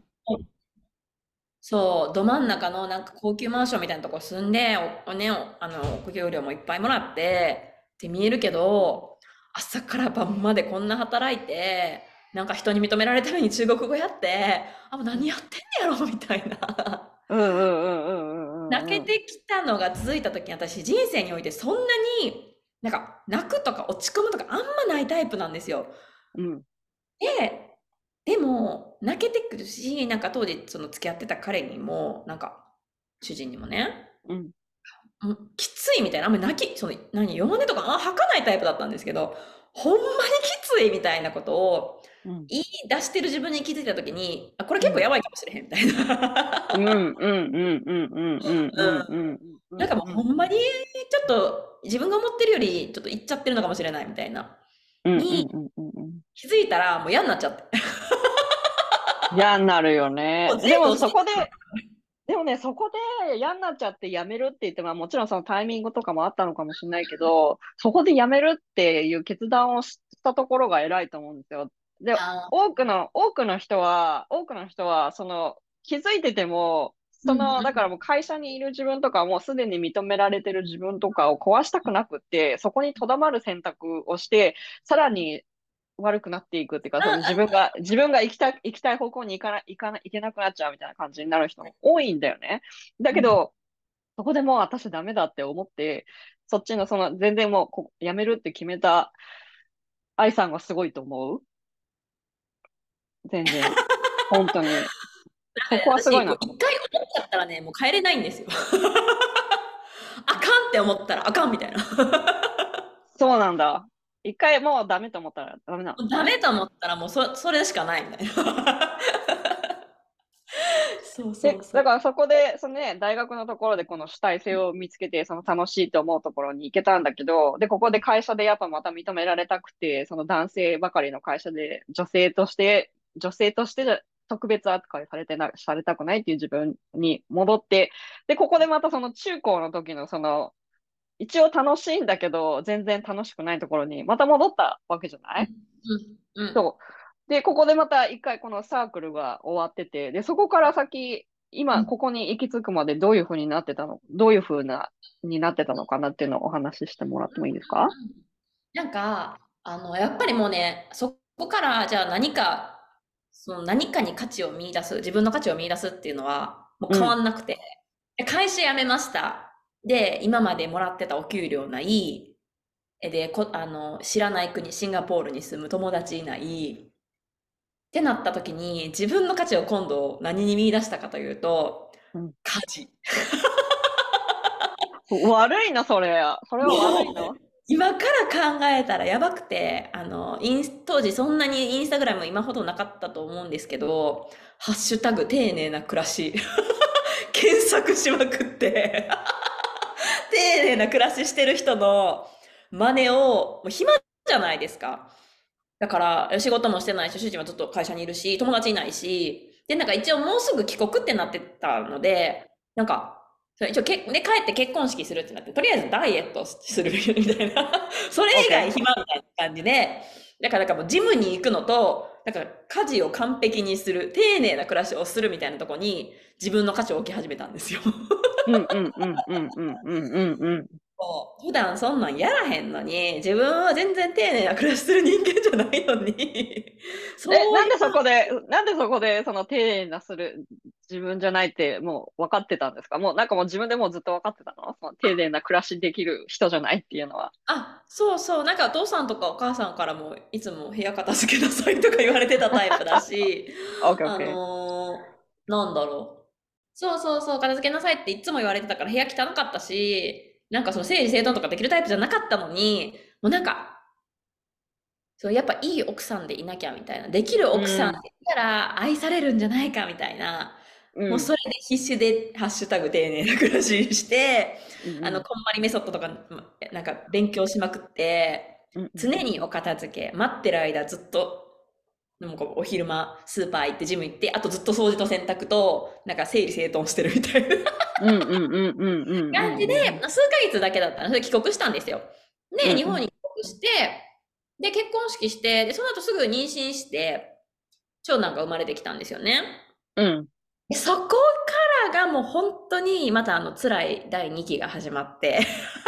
[SPEAKER 2] そう、ど真ん中のなんか高級マンションみたいなとこ住んで、お給料もいっぱいもらってって見えるけど、朝から晩までこんな働いて、なんか人に認められるために中国語やって、あ、もう何やってんねやろみたいな。
[SPEAKER 1] うんうんうんうんうんうんうん。
[SPEAKER 2] 泣けてきたのが続いた時に私人生においてそんなになんか泣くとか落ち込むとかあんまないタイプなんですよ。
[SPEAKER 1] うん。
[SPEAKER 2] で、でも泣けてくるし、なんか当時その付き合ってた彼にも、なんか主人にもね、
[SPEAKER 1] うん。
[SPEAKER 2] きついみたいな、あんまり弱音とか吐かないタイプだったんですけど、ほんまにきついみたいなことを
[SPEAKER 1] うん。
[SPEAKER 2] 言い出してる自分に気づいた時に、あ、これ
[SPEAKER 1] うん。
[SPEAKER 2] 結構やばいかもしれへんみたいな。
[SPEAKER 1] うんうんうんうんうんうんうんうんうん
[SPEAKER 2] なんかもう
[SPEAKER 1] うん
[SPEAKER 2] ほんまにちょっと自分が思ってるよりちょっと言っちゃってるのかもしれないみたいな。
[SPEAKER 1] うんう
[SPEAKER 2] に
[SPEAKER 1] んうんうんうん。
[SPEAKER 2] 気づいたらもう嫌になっちゃって。
[SPEAKER 1] 嫌になるよね。
[SPEAKER 2] もう全部押し
[SPEAKER 1] でもね、そこで嫌になっちゃって辞めるって言っても、もちろんそのタイミングとかもあったのかもしれないけど、そこで辞めるっていう決断をしたところが偉いと思うんですよ。で、
[SPEAKER 2] あ
[SPEAKER 1] 多くの人は、気づいてても、
[SPEAKER 2] うんうん
[SPEAKER 1] だからもう会社にいる自分とか、もうすでに認められてる自分とかを壊したくなくって、そこにとどまる選択をして、さらに悪くなっていくっていうか、その自分が行きたい方向に行けなくなっちゃうみたいな感じになる人も多いんだよね。だ
[SPEAKER 2] うん。
[SPEAKER 1] けど、そこでもう私ダメだって思って、そっちのその全然もうやめるって決めた愛さんがすごいと思う。全然。本当に。そこはすご
[SPEAKER 2] 私、
[SPEAKER 1] いなと思う。
[SPEAKER 2] 一回思っちゃったらね、もう帰れないんですよ。あかんって思ったらあかんみたいな。
[SPEAKER 1] そうなんだ。一回もうダメと思ったらダメなのね。
[SPEAKER 2] もうダメと思ったらもうそれしかないみたいな。そうそ
[SPEAKER 1] で、
[SPEAKER 2] うそう。
[SPEAKER 1] だからそこで、そのね、大学のところでこの主体性を見つけて、その楽しいと思うところに行けたんだけど、で、ここで会社でやっぱまた認められたくて、その男性ばかりの会社で女性として特別扱いされたくないっていう自分に戻って、で、ここでまたその中高の時のその、一応楽しいんだけど、全然楽しくないところにまた戻ったわけじゃな
[SPEAKER 2] うん
[SPEAKER 1] い？
[SPEAKER 2] うんうん。
[SPEAKER 1] そう。で、ここでまた一回このサークルが終わってて、で、そこから先、今、
[SPEAKER 2] うん。
[SPEAKER 1] ここに行き着くまでどういう風になってたの、どういう風な、になってたのかなっていうのをお話ししてもらってもいいですか？
[SPEAKER 2] なんか、やっぱりもうね、そこからじゃあその何かに価値を見出す、自分の価値を見出すっていうのはもう変わ
[SPEAKER 1] うん、
[SPEAKER 2] んなくて、で会社辞めました。で、今までもらってたお給料ない、で、知らない国、シンガポールに住む友達いない、ってなった時に自分の価値を今度何に見出したかというと、
[SPEAKER 1] うん。
[SPEAKER 2] 家事。
[SPEAKER 1] 悪いな、それ。それは悪い
[SPEAKER 2] もう、
[SPEAKER 1] な。
[SPEAKER 2] 今から考えたらやばくて、当時そんなにインスタグラム今ほどなかったと思うんですけど、ハッシュタグ丁寧な暮らし、検索しまくって、丁寧な暮らししてる人の真似を、もう暇じゃないですか。だから、仕事もしてないし、主人はずっと会社にいるし、友達いないし、で、なんか一応もうすぐ帰国ってなってたので、なんか、そう一応帰って結婚式するってなって、とりあえずダイエットするみたいな。それ以外
[SPEAKER 1] OK。
[SPEAKER 2] 暇みたいな感じで、だからもうジムに行くのと、なんか家事を完璧にする、丁寧な暮らしをするみたいなとこに自分の価値を置き始めたんですよ。
[SPEAKER 1] うんうんうんうんうんうんうんうん。
[SPEAKER 2] そう普段そんなんやらへんのに、自分は全然丁寧な暮らしする人間じゃないのに、
[SPEAKER 1] え、
[SPEAKER 2] そういう
[SPEAKER 1] なんでそこで、その丁寧な自分じゃないってもう分かってたんですか？もうなんかもう自分でもうずっと分かってたの？その丁寧な暮らしできる人じゃないっていうのは。
[SPEAKER 2] そうそう。なんかお父さんとかお母さんからもいつも部屋片付けなさいとか言われてたタイプだし、
[SPEAKER 1] OK, OK。
[SPEAKER 2] なんだろう。そうそうそう、片付けなさいっていつも言われてたから部屋汚かったし、なんかその整理整頓とかできるタイプじゃなかったのに、もうなんか、そうやっぱいい奥さんでいなきゃみたいな、できる
[SPEAKER 1] う
[SPEAKER 2] 奥さん
[SPEAKER 1] ん、
[SPEAKER 2] でいたら愛されるんじゃないかみたいな、
[SPEAKER 1] うん、
[SPEAKER 2] もうそれで必死でハッシュタグ丁寧な暮らしして、
[SPEAKER 1] うん、
[SPEAKER 2] こんまりメソッドとか、なんか勉強しまくって、
[SPEAKER 1] うん、うん、
[SPEAKER 2] 常にお片付け、待ってる間ずっと、なんかお昼間スーパー行ってジム行って、あとずっと掃除と洗濯と、なんか整理整頓してるみたいな
[SPEAKER 1] うん、うん、うん、うん、うん、うん、
[SPEAKER 2] 感じで、
[SPEAKER 1] うん、
[SPEAKER 2] 数ヶ月だけだったの。それで帰国したんですよ。で、日本に帰国して、で、結婚式して、で、その後すぐ妊娠して、長男が生まれてきたんですよね。
[SPEAKER 1] うん。
[SPEAKER 2] でそこからがもう本当にまた辛い第2期が始まって、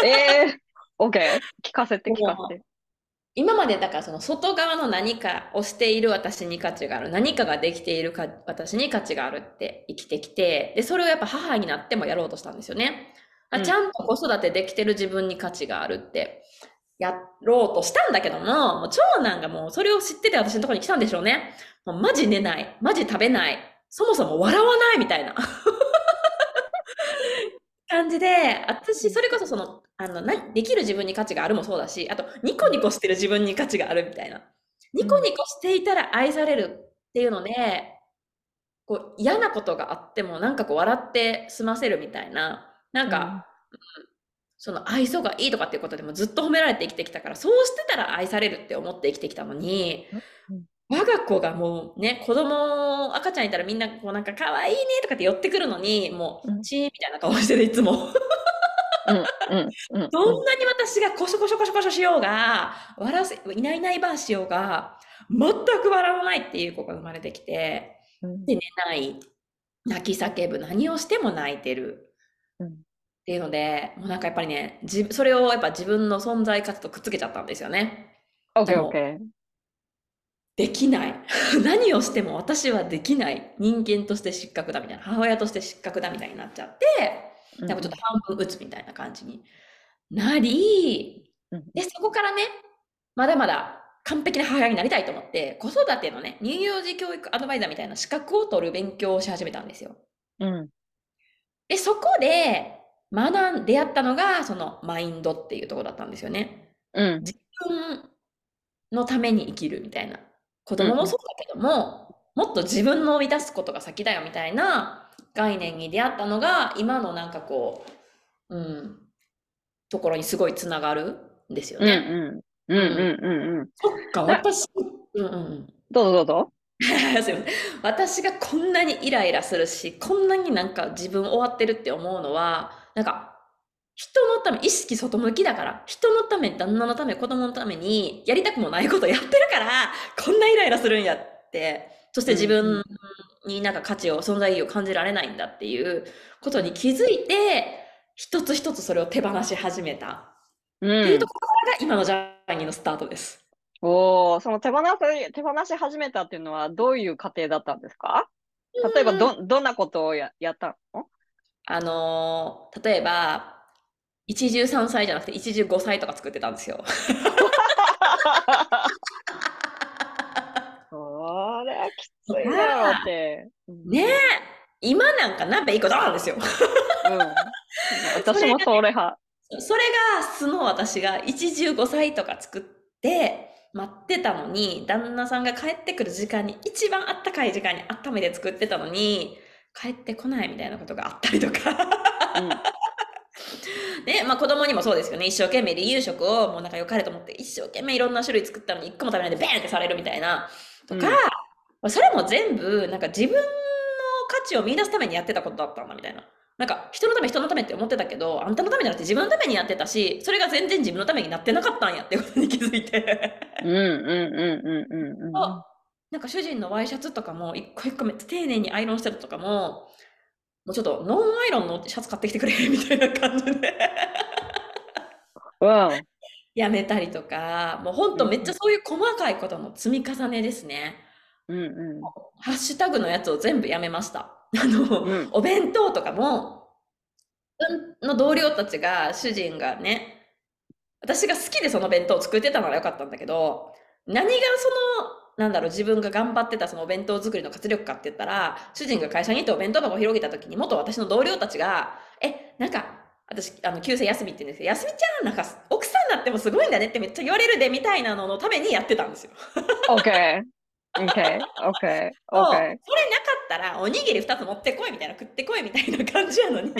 [SPEAKER 1] OK。聞かせて、聞かせ
[SPEAKER 2] もう
[SPEAKER 1] て。
[SPEAKER 2] 今までだからその外側の何かをしている私に価値がある、何かができているか私に価値があるって生きてきて、で、それをやっぱ母になってもやろうとしたんですよね。ち
[SPEAKER 1] うん、
[SPEAKER 2] ゃんと子育てできてる自分に価値があるってやろうとしたんだけども、もう長男がもうそれを知ってて私のところに来たんでしょうね。もうマジ寝ない、マジ食べない、そもそも笑わないみたいな。感じで、私、それこそできる自分に価値があるもそうだし、あと、ニコニコしてる自分に価値があるみたいな。ニコ
[SPEAKER 1] うん、
[SPEAKER 2] ニコしていたら愛されるっていうので、嫌なことがあっても、なんか笑って済ませるみたいな、なん
[SPEAKER 1] うん、
[SPEAKER 2] か、その愛想がいいとかっていうことでもずっと褒められて生きてきたから、そうしてたら愛されるって思って生きてきたのに、
[SPEAKER 1] うん、
[SPEAKER 2] 我が子がもうね、赤ちゃんいたらみんなこうなんか可愛いねとかって寄ってくるのに、もう、
[SPEAKER 1] うん、
[SPEAKER 2] チーンみたいな顔してる、いつも。
[SPEAKER 1] うん、うん、うん、うん、
[SPEAKER 2] どんなに私がコショコショコショコショしようが、いないいないばあしようが、全く笑わないっていう子が生まれてきて、
[SPEAKER 1] うん、
[SPEAKER 2] で、寝ない、泣き叫ぶ、何をしても泣いてる
[SPEAKER 1] うん。
[SPEAKER 2] っていうので、もうなんかやっぱりね、それをやっぱ自分の存在価値とくっつけちゃったんですよね。で
[SPEAKER 1] OK,
[SPEAKER 2] も、
[SPEAKER 1] OK。
[SPEAKER 2] できない。何をしても私はできない。人間として失格だみたいな。母親として失格だみたいになっちゃって、なんかちょっと
[SPEAKER 1] うん
[SPEAKER 2] 半分打つみたいな感じになり、
[SPEAKER 1] うん
[SPEAKER 2] で、そこからね、まだまだ完璧な母親になりたいと思って、子育てのね、乳幼児教育アドバイザーみたいな資格を取る勉強をし始めたんですよ。
[SPEAKER 1] うん
[SPEAKER 2] で、そこで出会ったのが、そのマインドっていうところだったんですよね。
[SPEAKER 1] うん
[SPEAKER 2] 自分のために生きるみたいな。子
[SPEAKER 1] うんうん
[SPEAKER 2] 供もそうだけども、もっと自分の満たすことが先だよみたいな概念に出会ったのが、今のなんかこう、ところにすごいつながるんですよ
[SPEAKER 1] うん
[SPEAKER 2] ね。
[SPEAKER 1] うんうん
[SPEAKER 2] うん。
[SPEAKER 1] うんうんうん。
[SPEAKER 2] そっか、
[SPEAKER 1] な、
[SPEAKER 2] 私、うんうんうん。
[SPEAKER 1] どうぞどうぞ。
[SPEAKER 2] すいません。私がこんなにイライラするし、こんなになんか自分終わってるって思うのは、なんか、人のため、意識外向きだから、人のため、旦那のため、子供のために、やりたくもないことやってるから、こんなイライラするんやって、そして自分
[SPEAKER 1] うんうん
[SPEAKER 2] になんか価値を、存在意義を感じられないんだっていうことに気づいて、一つ一つそれを手放し始めた
[SPEAKER 1] う
[SPEAKER 2] っていうと
[SPEAKER 1] ん。
[SPEAKER 2] ころからが今のジャーニーのスタートです。
[SPEAKER 1] おー、その手放し始めたっていうのはどういう過程だったんですか？例えば
[SPEAKER 2] うん
[SPEAKER 1] どんなことをやったの？
[SPEAKER 2] 例えば、一汁三菜じゃなくて一汁五菜とか作ってたんですよ。
[SPEAKER 1] それはきつ
[SPEAKER 2] とか、
[SPEAKER 1] いだろうって。
[SPEAKER 2] ねえ、今なんか鍋一個ドーンですよ。
[SPEAKER 1] うん。
[SPEAKER 2] それが、
[SPEAKER 1] 私もそれ派。
[SPEAKER 2] それが素の私が一汁五菜とか作って待ってたのに、旦那さんが帰ってくる時間に、一番あったかい時間に温めて作ってたのに、帰ってこないみたいなことがあったりとか。
[SPEAKER 1] うん。
[SPEAKER 2] ね、まあ子供にもそうですよね。一生懸命離乳食をもうなんか良かれと思って一生懸命いろんな種類作ったのに一個も食べないでベーンってされるみたいな。とか、
[SPEAKER 1] うん。
[SPEAKER 2] それも全部なんか自分の価値を見出すためにやってたことだったんだみたいな。なんか人のため人のためって思ってたけど、あんたのためじゃなくて自分のためにやってたし、それが全然自分のためになってなかったんやってことに気づいて。
[SPEAKER 1] うんうんうんうんうんうんうん。
[SPEAKER 2] あ、なんか主人のワイシャツとかも一個一個めっちゃ丁寧にアイロンしてるとかも、もうちょっとノンアイロンのシャツ買ってきてくれみたいな感じで。
[SPEAKER 1] うん。
[SPEAKER 2] やめたりとか、もうほんとめっちゃ
[SPEAKER 1] うん
[SPEAKER 2] そういう細かいことの積み重ねですね。
[SPEAKER 1] うんうん
[SPEAKER 2] ハッシュタグのやつを全部やめました。
[SPEAKER 1] うん
[SPEAKER 2] お弁当とかも、自分の同僚たちが、主人がね、私が好きでその弁当を作ってたならよかったんだけど、何がなんだろう、自分が頑張ってたそのお弁当作りの活力かって言ったら、主人が会社に行ってお弁当箱を広げた時に、元私の同僚たちが、なんか、私、旧姓休みって言うんですけど、休みちゃん、なんか、奥さんになってもすごいんだねってめっちゃ言われるで、みたいなののためにやってたんですよ。
[SPEAKER 1] オッケー。オッケー。オッケー。オッケ
[SPEAKER 2] そう、
[SPEAKER 1] ー。
[SPEAKER 2] それなかったら、おにぎり2つ持ってこいみたいな、食ってこいみたいな感じやのに。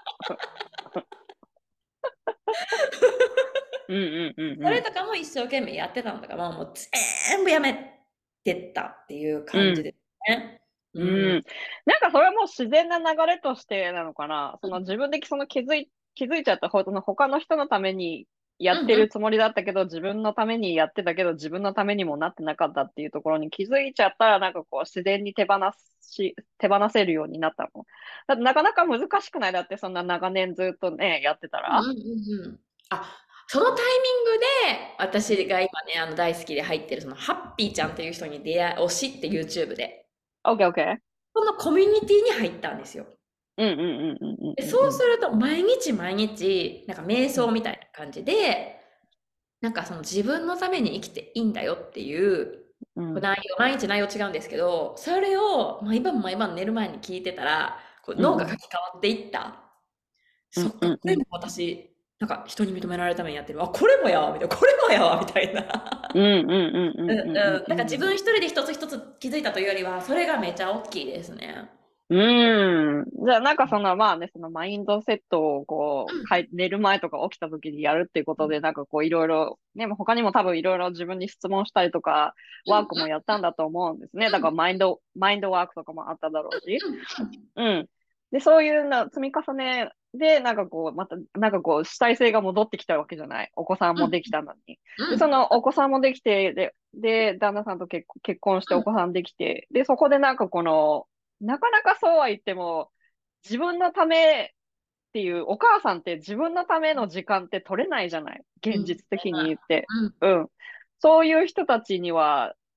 [SPEAKER 1] うんうんうんうん。
[SPEAKER 2] それとかも一生懸命やってたんだから、もう全部やめてったっていう
[SPEAKER 1] うん。
[SPEAKER 2] 感じですね。
[SPEAKER 1] う
[SPEAKER 2] うん。
[SPEAKER 1] ん。なんかそれはもう自然な流れとしてなのかな。その自分で気づいちゃった他の人のためにや
[SPEAKER 2] うんうん。
[SPEAKER 1] ってるつもりだったけど、自分のためにやってたけど、自分のためにもなってなかったっていうところに気づいちゃったら、なんかこう自然に手放せるようになったの。だってなかなか難しくない？だってそんな長年ずっとね、やってたら。
[SPEAKER 2] うんうんうんうん。あ、そのタイミングで、私が今ね、大好きで入ってる、その、ハッピーちゃんっていう人に推しって YouTube で、
[SPEAKER 1] オッケーオッケー。
[SPEAKER 2] そのコミュニティに入ったんですよ。
[SPEAKER 1] うんうんうんうん
[SPEAKER 2] で、
[SPEAKER 1] うんうん
[SPEAKER 2] そうすると、毎日毎日、なんか瞑
[SPEAKER 1] うん。
[SPEAKER 2] 想みたいな感じで、なんかその自分のために生きていいんだよっていう
[SPEAKER 1] うん
[SPEAKER 2] 毎日内容違うんですけど、それを毎晩毎晩寝る前に聞いてたら、こう
[SPEAKER 1] うんうん
[SPEAKER 2] 脳が書き換わっていった。
[SPEAKER 1] うん
[SPEAKER 2] そっか、
[SPEAKER 1] うんうん
[SPEAKER 2] これも私、なんか人に認められるためにやってる。あ、これもやわ、みたいな、これもやわ、みたいな。
[SPEAKER 1] うんうんうんうんうんうん
[SPEAKER 2] なんか
[SPEAKER 1] うん。
[SPEAKER 2] 自分一人で一つ一つ気づいたというよりは、それがめちゃ大きいですね。
[SPEAKER 1] うーん。じゃあ、なんかその、まあね、そのマインドセットを寝る前とか起きた時にやるっていうことで、なんかこういろいろ、ね、他にも多分いろいろ自分に質問したりとか、
[SPEAKER 2] うんうん
[SPEAKER 1] ワークもやったんだと思うんですね。だ
[SPEAKER 2] うん
[SPEAKER 1] からマインドワークとかもあっただろうし。
[SPEAKER 2] うんうん
[SPEAKER 1] うん。で、そういうの積み重ねで、なんかこう、また、なんかこう、主体性が戻ってきたわけじゃない。お子さん
[SPEAKER 2] うん
[SPEAKER 1] もできたのに。で、そ
[SPEAKER 2] うん
[SPEAKER 1] のお子さんもできて、旦那さんと結婚してお子さんできて、で、そこでなんかなかなかそうは言っても、自分のためっていう、お母さんって自分のための時間って取れないじゃない。
[SPEAKER 2] うんうん
[SPEAKER 1] 現実的に言って。
[SPEAKER 2] うん
[SPEAKER 1] うん。そういう人たちには、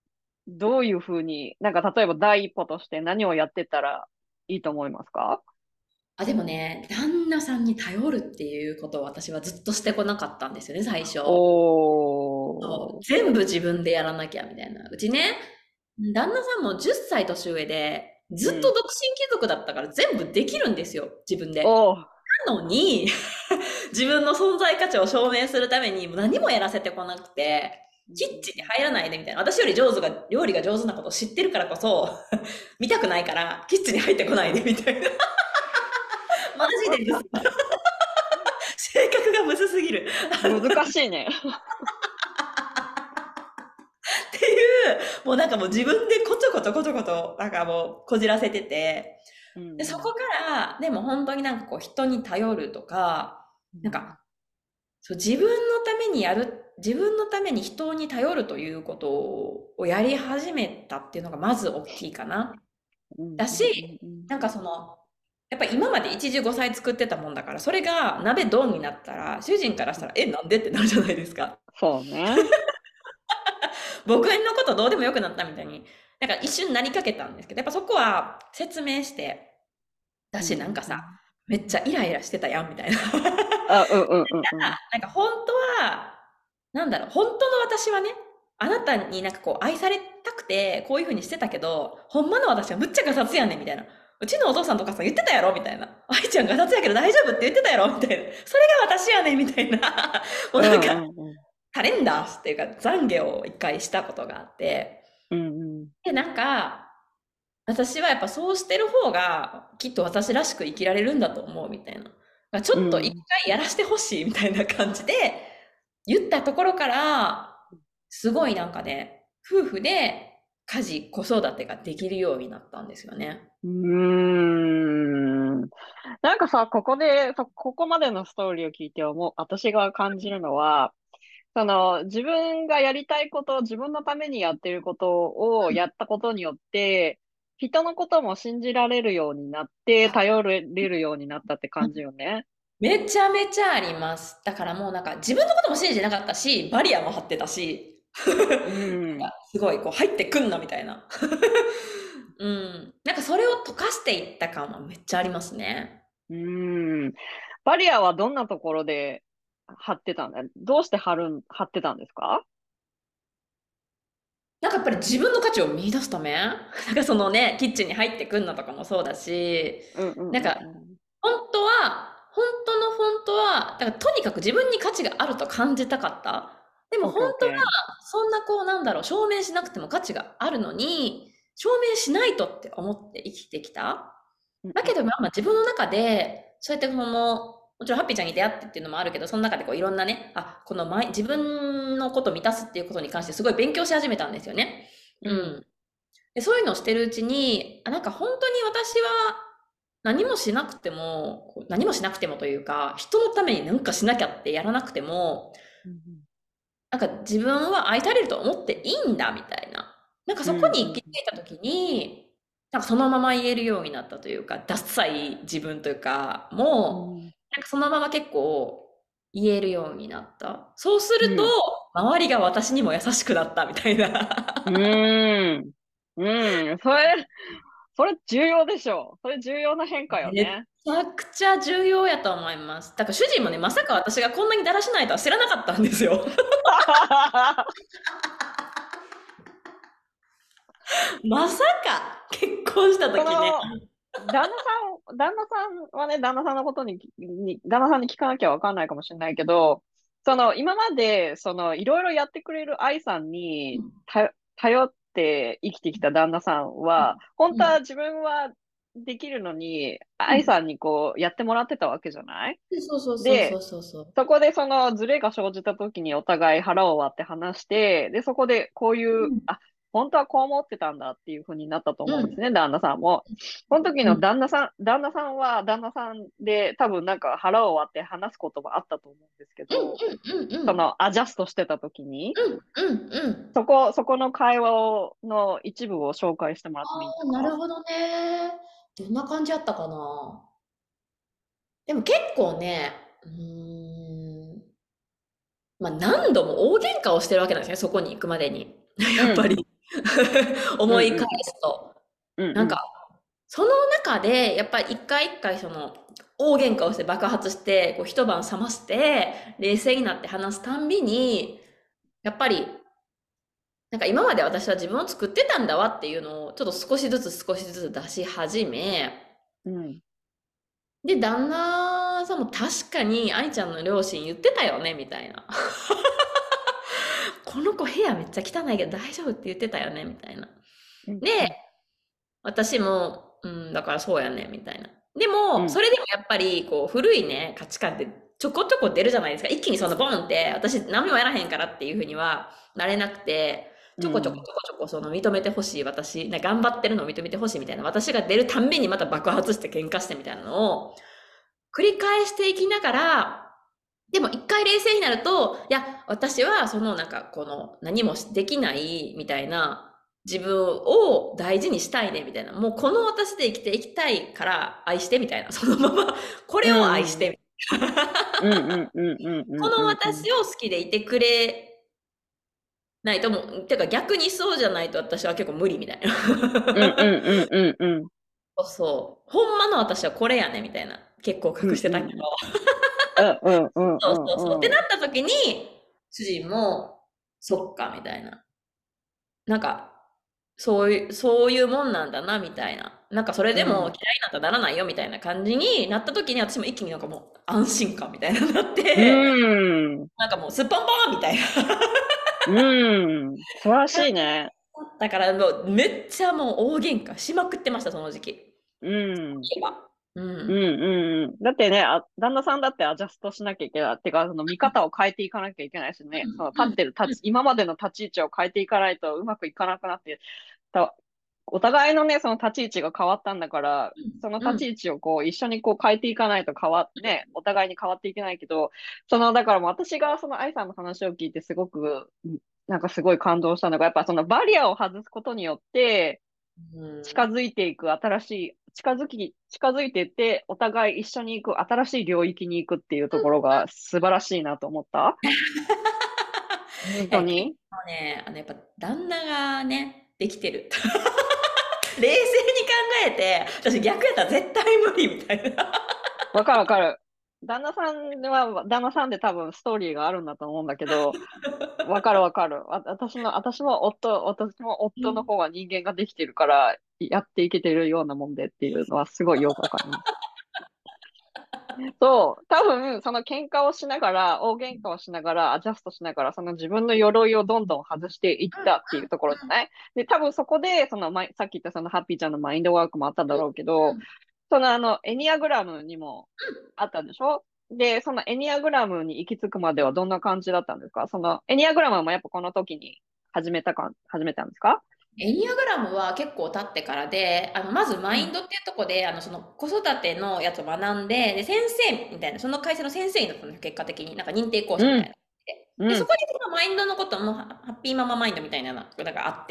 [SPEAKER 1] どういうふうに、なんか例えば第一歩として何をやってったらいいと思いますか？
[SPEAKER 2] あ、でもね、旦那さんに頼るっていうことを私はずっとしてこなかったんですよね、最初。そう、
[SPEAKER 1] おー。
[SPEAKER 2] 全部自分でやらなきゃみたいな。うちね、旦那さんも10歳年上で、ずっと
[SPEAKER 1] うん。
[SPEAKER 2] 独身貴族だったから全部できるんですよ、自分で。
[SPEAKER 1] おー。
[SPEAKER 2] なのに、自分の存在価値を証明するために何もやらせてこなくて、
[SPEAKER 1] うん
[SPEAKER 2] キッチンに入らないでみたいな。私より上手が、料理が上手なことを知ってるからこそ、見たくないから、キッチンに入ってこないでみたいな。マジでブス。性格がムズすぎる。
[SPEAKER 1] 難しいね。
[SPEAKER 2] っていう、もうなんかもう自分でこちょこちょこちょこちょ、なんかもうこじらせてて、
[SPEAKER 1] う
[SPEAKER 2] で、そ
[SPEAKER 1] ん
[SPEAKER 2] こから、でも本当になんかこう人に頼るとか、なんか、そう自分のためにやる、自分のために人に頼るということをやり始めたっていうのがまず大きいかな。
[SPEAKER 1] うん
[SPEAKER 2] だし、なんかその、やっぱり今まで一汁五菜作ってたもんだから、それが鍋ドンになったら、主人からしたら、え、なんでってなるじゃないですか。
[SPEAKER 1] そうね。
[SPEAKER 2] 僕のことどうでもよくなったみたいに、なんか一瞬なりかけたんですけど、やっぱそこは説明して、だ
[SPEAKER 1] う
[SPEAKER 2] しなんかさ、
[SPEAKER 1] ん
[SPEAKER 2] めっちゃイライラしてたやんみたいな。
[SPEAKER 1] あ、うんうんうんうん。
[SPEAKER 2] なんか本当は、なんだろう、本当の私はね、あなたになんかこう愛されたくて、こういう風にしてたけど、ほんまの私はむっちゃガサツやねんみたいな。うちのお父さんとかさん言ってたやろみたいな。愛ちゃんガサツやけど大丈夫って言ってたやろみたいな。それが私やねんみたいな。もう
[SPEAKER 1] う
[SPEAKER 2] なんか、
[SPEAKER 1] んうん
[SPEAKER 2] カレンダーっていうか懺悔を一回したことがあって、
[SPEAKER 1] うんうん
[SPEAKER 2] で、なんか、私はやっぱそうしてる方が、きっと私らしく生きられるんだと思うみたいな。まあちょっと一
[SPEAKER 1] うん
[SPEAKER 2] 回やらしてほしいみたいな感じで言ったところから、すごいなんかね、夫婦で家事、子育てができるようになったんですよね。
[SPEAKER 1] うーん。なんかさ、ここで、ここまでのストーリーを聞いて私が感じるのは、自分がやりたいこと、自分のためにやってることをやったことによって、人のことも信じられるようになって、頼れるようになったって感じよね。
[SPEAKER 2] めちゃめちゃあります。だからもうなんか自分のことも信じてなかったし、バリアも張ってたし、
[SPEAKER 1] うん。
[SPEAKER 2] すごいこう入ってくんなみたいな。うん。なんかそれを溶かしていった感はめっちゃありますね。
[SPEAKER 1] うん。バリアはどんなところで張ってたんだどうして張ってたんですか？
[SPEAKER 2] なんかやっぱり自分の価値を見出すためなんかそのね、キッチンに入ってくんなとかもそうだし、
[SPEAKER 1] うんうん
[SPEAKER 2] なんか
[SPEAKER 1] うん
[SPEAKER 2] 本当の本当は、だからとにかく自分に価値があると感じたかった。でも
[SPEAKER 1] オッケー
[SPEAKER 2] 本当は、
[SPEAKER 1] オッケー。
[SPEAKER 2] そんなこうなんだろう、証明しなくても価値があるのに、証明しないとって思って生きてきた。
[SPEAKER 1] うん
[SPEAKER 2] だけど、まあ自分の中で、そうやってもちろんハッピーちゃんに出会ってっていうのもあるけど、その中でこういろんなね、この自分のことを満たすっていうことに関してすごい勉強し始めたんですよね。
[SPEAKER 1] うん。
[SPEAKER 2] うん。で、そういうのをしてるうちに、なんか本当に私は何もしなくてもというか、人のために何かしなきゃってやらなくても、
[SPEAKER 1] うん
[SPEAKER 2] なんか自分は愛されると思っていいんだみたいな。なんか
[SPEAKER 1] うん
[SPEAKER 2] そこに行き着い
[SPEAKER 1] うん
[SPEAKER 2] た時に、なんかそのまま言えるようになったというか、ダッサい自分というか、も
[SPEAKER 1] うん
[SPEAKER 2] なんかそのまま結構言えるようになった。そうすると、
[SPEAKER 1] うん
[SPEAKER 2] 周りが私にも優しくなったみたい
[SPEAKER 1] う
[SPEAKER 2] な。
[SPEAKER 1] ーん。うん。それ重要でしょう。それ重要な変化よ
[SPEAKER 2] め
[SPEAKER 1] ね。
[SPEAKER 2] ちゃくちゃ重要やと思います。だから主人もね、まさか私がこんなにだらしないとは知らなかったんですよ。まさか結婚した
[SPEAKER 1] そ
[SPEAKER 2] 時ね。
[SPEAKER 1] の、旦那さんはね、旦那さんのこと旦那さんに聞かなきゃわかんないかもしれないけど、今まで、いろいろやってくれる愛さんに頼って生きてきた旦那さんは、本
[SPEAKER 2] うん。
[SPEAKER 1] 当は自分はできるのに、
[SPEAKER 2] うん。
[SPEAKER 1] 愛さんにこう、やってもらってたわけじゃない？
[SPEAKER 2] そうそうそうそ
[SPEAKER 1] で、
[SPEAKER 2] うそうそう。
[SPEAKER 1] そこでそのズレが生じた時にお互い腹を割って話して、で、そこでこういう、
[SPEAKER 2] うん。
[SPEAKER 1] 本当はこう思ってたんだっていう風になったと
[SPEAKER 2] うん。
[SPEAKER 1] 思うんですね、旦那さんも。この時
[SPEAKER 2] うん。
[SPEAKER 1] の旦那さんは旦那さんで多分なんか腹を割って話すこともあったと思うんですけど、
[SPEAKER 2] うんうんうん。
[SPEAKER 1] アジャストしてた時に、
[SPEAKER 2] うんうんうん。
[SPEAKER 1] そこの会話の一部を紹介してもらってもいいで
[SPEAKER 2] ああ、なる
[SPEAKER 1] すか？
[SPEAKER 2] ほどね。どんな感じやったかな。でも結構ね、まあ何度も大喧嘩をしてるわけなんですね、そこに行くまでに。やっ
[SPEAKER 1] うん、
[SPEAKER 2] ぱり。 思い返
[SPEAKER 1] うんうん
[SPEAKER 2] すと。なんか、
[SPEAKER 1] うんうん
[SPEAKER 2] その中で、やっぱり一回一回その、大喧嘩をして爆発して、こう一晩冷まして、冷静になって話すたんびに、やっぱり、なんか今まで私は自分を作ってたんだわっていうのを、ちょっと少しずつ少しずつ出し始め、
[SPEAKER 1] うん
[SPEAKER 2] で、旦那さんも確かに愛ちゃんの両親言ってたよね、みたいな。この子部屋めっちゃ汚いけど大丈夫って言ってたよね、みたいな。で、
[SPEAKER 1] うんうん
[SPEAKER 2] 私も、うん、だからそうやね、みたいな。でも、
[SPEAKER 1] うん
[SPEAKER 2] それでもやっぱり、こう、古いね、価値観ってちょこちょこ出るじゃないですか。一気にそのボンって、私何もやらへんからっていうふうにはなれなくて、ちょこちょこ
[SPEAKER 1] うん
[SPEAKER 2] ちょこちょこその認めてほしい私、頑張ってるのを認めてほしいみたいな、私が出るたんびにまた爆発して喧嘩してみたいなのを繰り返していきながら、でも一回冷静になると、いや、私はそのなんかこの何もできないみたいな自分を大事にしたいねみたいな。もうこの私で生きていきたいから愛してみたいな。そのままこ
[SPEAKER 1] う
[SPEAKER 2] れを愛し
[SPEAKER 1] ん
[SPEAKER 2] てみたいな。
[SPEAKER 1] うんうんうんうんう
[SPEAKER 2] この
[SPEAKER 1] んうんうん
[SPEAKER 2] 私を好きでいてくれないともう、てか逆にそうじゃないと私は結構無理みたいな。
[SPEAKER 1] うんうんうんうんうん
[SPEAKER 2] そうそう。ほんまの私はこれやねみたいな。結構
[SPEAKER 1] うん
[SPEAKER 2] 隠してたけど。
[SPEAKER 1] うんうんうんうん
[SPEAKER 2] そうそうそう。って
[SPEAKER 1] うん
[SPEAKER 2] なった時に、主人も、そっか、みたいな。なんか、そういうもんなんだな、みたいな。なんかそれでも嫌いになったらならないよ、みたいな感じになった時に、私も一気になんかもう安心感みたいなのになっ
[SPEAKER 1] う
[SPEAKER 2] て、
[SPEAKER 1] んうん
[SPEAKER 2] なんかもうすっぽんぽんみたいな。
[SPEAKER 1] うん素晴らしいね。
[SPEAKER 2] だからもうめっちゃもう大喧嘩しまくってました、その時期。
[SPEAKER 1] うん
[SPEAKER 2] 言えば。う
[SPEAKER 1] うん
[SPEAKER 2] ん。
[SPEAKER 1] うんうん。だってね、旦那さんだってアジャストしなきゃいけない。てか、その見方を変えていかなきゃいけないしね。その
[SPEAKER 2] うん。
[SPEAKER 1] 今までの立ち位置を変えていかないとうまくいかなくなって、お互いのね、その立ち位置が変わったんだから、その
[SPEAKER 2] うん。うん。
[SPEAKER 1] 立ち位置をこう一緒にこう変えていかないとね、お互いに変わっていけないけど、だからもう私がその愛さんの話を聞いてすごく、なんかすごい感動したのが、やっぱそのバリアを外すことによって、
[SPEAKER 2] うん。
[SPEAKER 1] 近づいていく新しい、近づいていって、お互い一緒に行く新しい領域に行くっていうところが素晴らしいなと思った。本当
[SPEAKER 2] 結
[SPEAKER 1] に。
[SPEAKER 2] 構ね、やっぱ旦那がね、できてる。冷静に考えて、私逆やったら絶対無理みたいな。
[SPEAKER 1] わかるわかる。旦那さんで多分ストーリーがあるんだと思うんだけど、わかるわかる。私も夫の方が人間ができてるから、やっていけてるようなもんでっていうのはすごいよくわかります。そう、多分、その喧嘩をしながら、大喧嘩をしながら、アジャストしながら、その自分の鎧をどんどん外していったっていうところじゃない？で、多分そこで、さっき言ったそのハッピーちゃんのマインドワークもあっただろうけど、エニアグラムにもあったんでしょ？で、そのエニアグラムに行き着くまではどんな感じだったんですか？そのエニアグラムもやっぱこの時に始めたんですか？
[SPEAKER 2] エニアグラムは結構経ってからで、まずマ
[SPEAKER 1] うん、
[SPEAKER 2] インドっていうとこで、その子育てのやつを学んで、で、先生みたいな、その会社の先生になったのよ、結果的に。なんか認定講師み
[SPEAKER 1] うん、
[SPEAKER 2] たいな。で、そ
[SPEAKER 1] うん、
[SPEAKER 2] こでそのマインドのことも、ハッピーマママインドみたいなのがあって、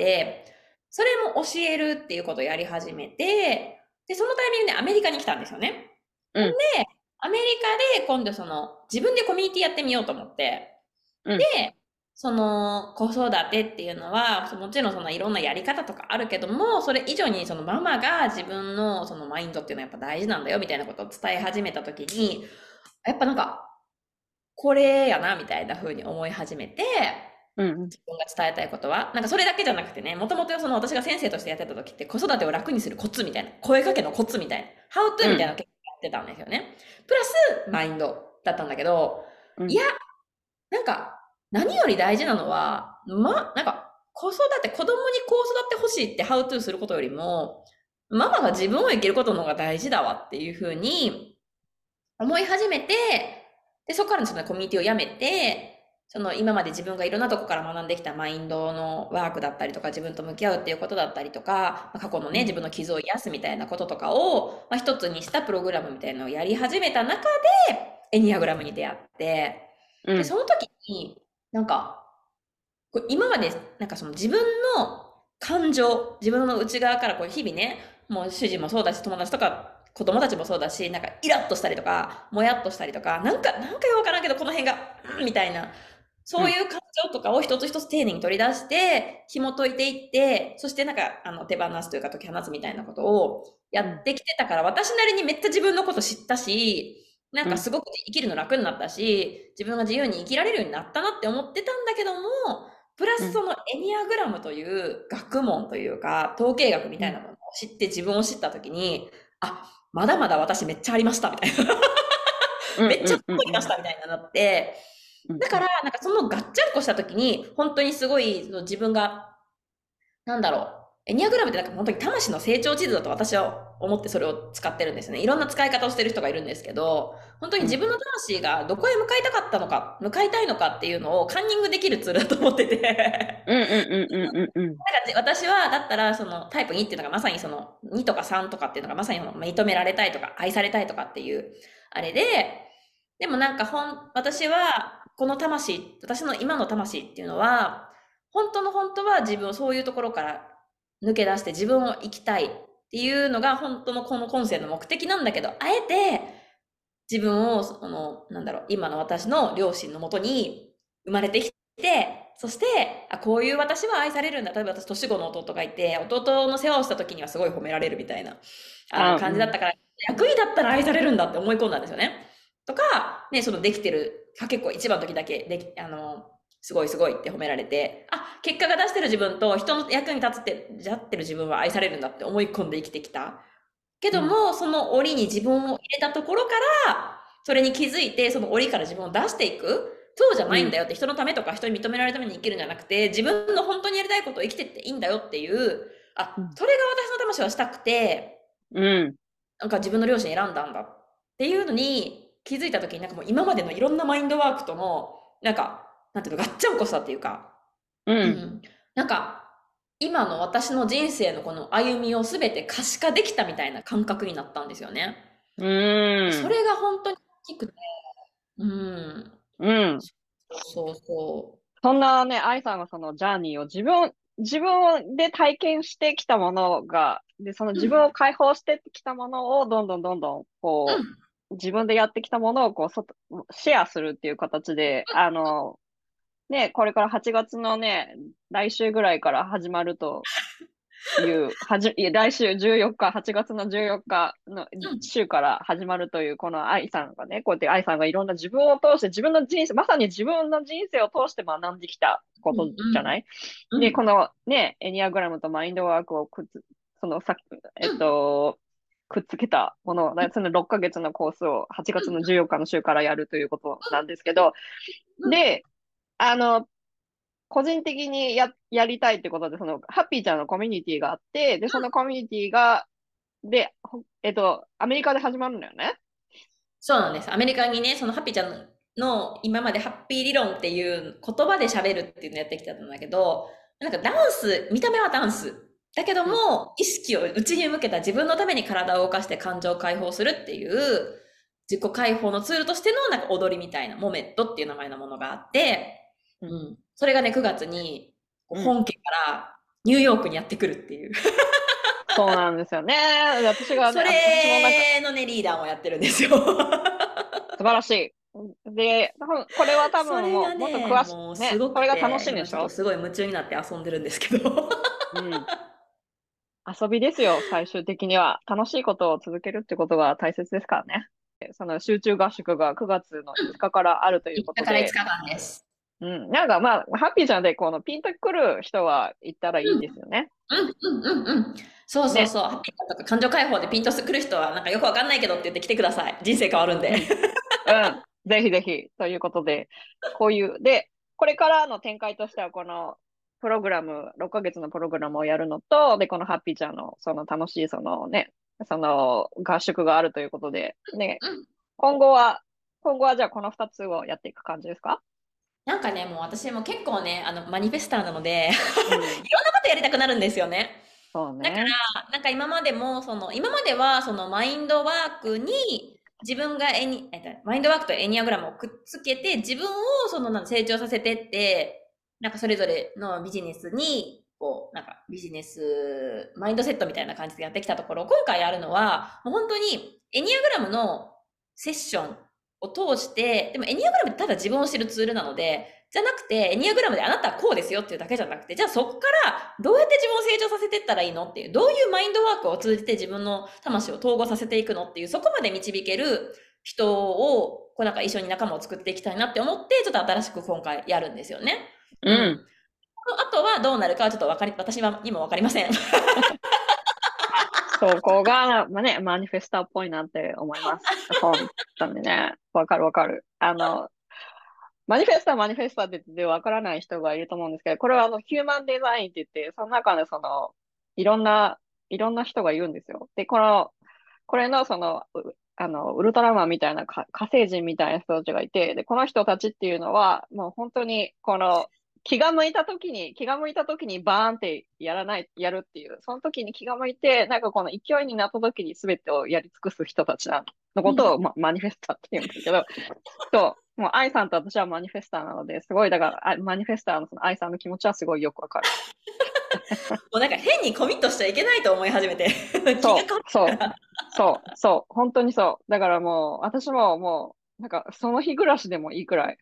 [SPEAKER 2] それも教えるっていうことをやり始めて、で、そのタイミングでアメリカに来たんですよね。
[SPEAKER 1] うん、
[SPEAKER 2] アメリカで今度その、自分でコミュニティやってみようと思って、
[SPEAKER 1] うん、
[SPEAKER 2] で、その子育てっていうのは、もちろんそのいろんなやり方とかあるけども、それ以上にそのママが自分のそのマインドっていうのはやっぱ大事なんだよみたいなことを伝え始めた時に、やっぱなんか、これやなみたいな風に思い始めて、
[SPEAKER 1] うん、
[SPEAKER 2] 自分が伝えたいことは、なんかそれだけじゃなくてね、もともとその私が先生としてやってた時って子育てを楽にするコツみたいな、声かけのコツみたいな、ハウトゥーみたいなのを結構やってたんですよね。プラス、マインドだったんだけど、
[SPEAKER 1] うん、
[SPEAKER 2] いや、なんか、何より大事なのは、なんか、子供にこう育ってほしいってハウトゥーすることよりも、ママが自分を生きることの方が大事だわっていうふうに思い始めて、で、そこからそのコミュニティをやめて、その今まで自分がいろんなとこから学んできたマインドのワークだったりとか、自分と向き合うっていうことだったりとか、過去のね、自
[SPEAKER 1] うん、
[SPEAKER 2] 分の傷を癒すみたいなこととかを、一つにしたプログラムみたいなのをやり始めた中で、エニアグラムに出会って、で、
[SPEAKER 1] うん、
[SPEAKER 2] その時に、なんか、今まで、なんかその自分の感情、自分の内側からこう日々ね、もう主人もそうだし、友達とか子供たちもそうだし、なんかイラッとしたりとか、もやっとしたりとか、なんかよくわからんけど、この辺が、みたいな。
[SPEAKER 1] うん、
[SPEAKER 2] そういう感情とかを一つ一つ丁寧に取り出して、紐解いていって、そしてなんか、手放すというか解き放つみたいなことをや
[SPEAKER 1] うん、
[SPEAKER 2] ってきてたから、私なりにめっちゃ自分のこと知ったし、なん
[SPEAKER 1] うん、
[SPEAKER 2] かすごく生きるの楽になったし、自分が自由に生きられるようになったなって思ってたんだけども、プラ
[SPEAKER 1] うん、
[SPEAKER 2] スそのエニアグラムという学問というか、統計学み
[SPEAKER 1] うん、
[SPEAKER 2] たいなものを知って自分を知ったときに、あ、まだまだ私めっちゃありましたみたいな。
[SPEAKER 1] うん、
[SPEAKER 2] めっちゃ
[SPEAKER 1] うん、うん、
[SPEAKER 2] ありましたみたいななって、
[SPEAKER 1] うん、
[SPEAKER 2] だから、なんかそのガッチャンコした時に、本当にすごい、その自分が、なんだろう、エニアグラムってなんか本当に魂の成長地図だと私は思ってそれを使ってるんですね。いろんな使い方をしてる人がいるんですけど、本当に
[SPEAKER 1] うん、
[SPEAKER 2] 自分の魂がどこへ向かいたかったのか、向かいたいのかっていうのをカンニングできるツールだと思ってて。
[SPEAKER 1] うん、うん、うん、うん、うん、
[SPEAKER 2] なんか私は、だったら、そのタイプ2っていうのがまさにその2とか3とかっていうのがまさに認められたいとか愛されたいとかっていうあれで、でもなんか私は、この魂、私の今の魂っていうのは、本当の本当は自分をそういうところから抜け出して自分を生きたいっていうのが本当のこの今世の目的なんだけど、あえて自分を、なんだろう、今の私の両親のもとに生まれてきて、そして、あ、こういう私は愛されるんだ。例えば私、年子の弟がいて、弟の世話をした時にはすごい褒められるみたいな、
[SPEAKER 1] あ、うん、
[SPEAKER 2] 感じだったから、役員だったら愛されるんだって思い込んだんですよね。とか、ね、そのできてる、結構一番の時だけすごいすごいって褒められて、あ、結果が出してる自分と人の役に立つって、じゃってる自分は愛されるんだって思い込んで生きてきた。け
[SPEAKER 1] うん、
[SPEAKER 2] ども、その檻に自分を入れたところから、それに気づいて、その檻から自分を出していく。そうじゃ
[SPEAKER 1] うん、
[SPEAKER 2] ないんだよって、人のためとか人に認められるために生きるんじゃなくて、自分の本当にやりたいことを生きてっていいんだよっていう、あ、
[SPEAKER 1] うん、
[SPEAKER 2] それが私の魂はしたくて、
[SPEAKER 1] うん、
[SPEAKER 2] なんか自分の両親選んだんだっていうのに気づいた時に、なんかもう今までのいろんなマインドワークとの、なんか、なんていうの、ガッチャンコしたっていうか、
[SPEAKER 1] うん、
[SPEAKER 2] うん。なんか、今の私の人生のこの歩みをすべて可視化できたみたいな感覚になったんですよね。
[SPEAKER 1] うん、
[SPEAKER 2] それが本当に大きくて、うん。
[SPEAKER 1] うん。
[SPEAKER 2] そうそ
[SPEAKER 1] そんなね、愛さんがそのジャーニーを自分で体験してきたものが、で、その
[SPEAKER 2] う。う
[SPEAKER 1] 自分
[SPEAKER 2] ん。
[SPEAKER 1] を解放してきたものをどんどん、こ
[SPEAKER 2] うん。
[SPEAKER 1] う、自分でやってきたものをシェアするっていう形で、ね、これから8月のね、来週ぐらいから始まるといや来週14日、8月の14日の
[SPEAKER 2] うん。
[SPEAKER 1] 週から始まるという、この愛さんがね、こうやって愛さんがいろんな自分を通して、自分の人生、まさに自分の人生を通して学んできたこ
[SPEAKER 2] うん。
[SPEAKER 1] とじゃない。で、
[SPEAKER 2] うん。
[SPEAKER 1] このね、エニアグラムとマインドワークをそのさ、えっ
[SPEAKER 2] うん。
[SPEAKER 1] と、くっつけたもの、その6ヶ月のコースを8月の14日の週からやるということなんですけど、
[SPEAKER 2] うん。
[SPEAKER 1] で、あの、個人的にやりたいってことで、その、ハッピーちゃんのコミュニティがあって、で、そのコミュニティが、で、アメリカで始まるんだよね。
[SPEAKER 2] そうなんです。アメリカにね、そのハッピーちゃんの今までハッピー理論っていう言葉で喋るっていうのをやってきたんだけど、なんかダンス、見た目はダンス。だけど
[SPEAKER 1] うん、
[SPEAKER 2] も、意識を内に向けた自分のために体を動かして感情を解放するっていう、自己解放のツールとしてのなんか踊りみたいな、モメットっていう名前のものがあって、
[SPEAKER 1] うん、
[SPEAKER 2] うん。それがね、9月に
[SPEAKER 1] うん。
[SPEAKER 2] 本家からニューヨークにやってくるっていう。
[SPEAKER 1] そうなんですよね。で私がね、
[SPEAKER 2] そ
[SPEAKER 1] 私もなんか、
[SPEAKER 2] れのね、リーダーもやってるんですよ。
[SPEAKER 1] 素晴らしい。で、これは多
[SPEAKER 2] そ
[SPEAKER 1] 分もう、もっと
[SPEAKER 2] れがね、
[SPEAKER 1] 詳しく、
[SPEAKER 2] もうす
[SPEAKER 1] ね、
[SPEAKER 2] ごくて、
[SPEAKER 1] これが楽しいんで
[SPEAKER 2] 今ちょっと
[SPEAKER 1] しょ？
[SPEAKER 2] すごい夢中になって遊んでるんですけど。
[SPEAKER 1] うん。遊びですよ、最終的には。楽しいことを続けるってことが大切ですからね。その集中合宿が9月の5日からあるという
[SPEAKER 2] 3日から5
[SPEAKER 1] ことで、
[SPEAKER 2] 日間です。
[SPEAKER 1] うん。なんかまあ、ハッピーちゃんで、このピンとくる人は行ったらいいですよね。
[SPEAKER 2] うん、うん、うん、うん。そうそう
[SPEAKER 1] ね。
[SPEAKER 2] そう。ハッピーとか感情解放でピンとくる人は、なんかよくわかんないけどって言って来てください。人生変わるんで。
[SPEAKER 1] うん。うん。ぜひぜひ。ということで、こういう、で、これからの展開としては、このプログラム、6ヶ月のプログラムをやるのと、で、このハッピーちゃんの、その楽しい、そのね、その合宿があるということで、ね、
[SPEAKER 2] うん。
[SPEAKER 1] 今後は、今後はじゃあこの2つをやっていく感じですか？
[SPEAKER 2] なんかね、もう私も結構ね、マニフェスターなので、いろんな
[SPEAKER 1] うん。
[SPEAKER 2] ことやりたくなるんですよね。だか
[SPEAKER 1] そうね。
[SPEAKER 2] ら、なんか今までも、今まではそのマインドワークに自分がマインドワークとエニアグラムをくっつけて、自分を成長させてって、なんかそれぞれのビジネスに、こう、なんかビジネス、マインドセットみたいな感じでやってきたところ、今回やるのは、もう本当にエニアグラムのセッションを通して、でもエニアグラムってただ自分を知るツールなので、じゃなくて、エニアグラムであなたはこうですよっていうだけじゃなくて、じゃあそこからどうやって自分を成長させていったらいいのっていう、どういうマインドワークを通じて自分の魂を統合させていくのっていう、そこまで導ける人を、こうなんか一緒に仲間を作っていきたいなって思って、ちょっと新しく今回やるんですよね。
[SPEAKER 1] う
[SPEAKER 2] うん。
[SPEAKER 1] ん。
[SPEAKER 2] あとはどうなるかはちょっと私は今わかりません。
[SPEAKER 1] そこが、まあね、マニフェスターっぽいなって思います。本当にね。わかるわかる。マニフェスタって言ってわからない人がいると思うんですけど、これはヒューマンデザインって言って、その中でいろんな、いろんな人がいるんですよ。で、これのウルトラマンみたいな火星人みたいな人たちがいて、で、この人たちっていうのは、もう本当に、気が向いた時にバーンってやるっていう、その時に気が向いて、なんかこの勢いになった時に全てをやり尽くす人たちの
[SPEAKER 2] うん。
[SPEAKER 1] ことを、マニフェスタって言うんだけど、そう、もう愛さんと私はマニフェスターなので、すごい、だから、マニフェスターのその愛さんの気持ちはすごいよくわかる。
[SPEAKER 2] もうなんか変にコミットしちゃいけないと思い始めて。気が変わっ
[SPEAKER 1] そう、
[SPEAKER 2] たから。
[SPEAKER 1] 本当にそう。だからもう、私ももう、なんか、その日暮らしでもいいくらい、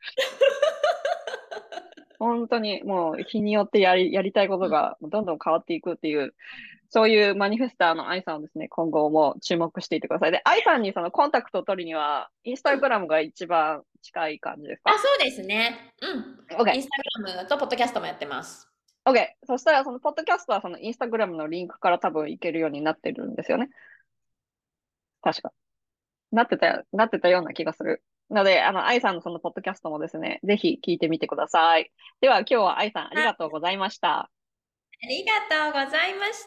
[SPEAKER 1] 本当にもう、日によってやりたいことがどんどん変わっていくっていう、そういうマニフェスターの愛さんをですね、今後も注目していてください。で、愛さんにそのコンタクトを取るには、インスタ
[SPEAKER 2] うん。
[SPEAKER 1] グラムが一番近い感じです
[SPEAKER 2] あ、
[SPEAKER 1] か？
[SPEAKER 2] そうですね。うん。イ
[SPEAKER 1] OK。
[SPEAKER 2] ンスタグラムとポッドキャストもやってます。
[SPEAKER 1] OK。そしたら、そのポッドキャストはそのインスタグラムのリンクから多分いけるようになってるんですよね。確か。なってたような気がする。ので、愛さんのそのポッドキャストもですね、ぜひ聞いてみてください。では、今日は愛さんあり
[SPEAKER 2] あ、
[SPEAKER 1] がとうございました。
[SPEAKER 2] ありがとうございました。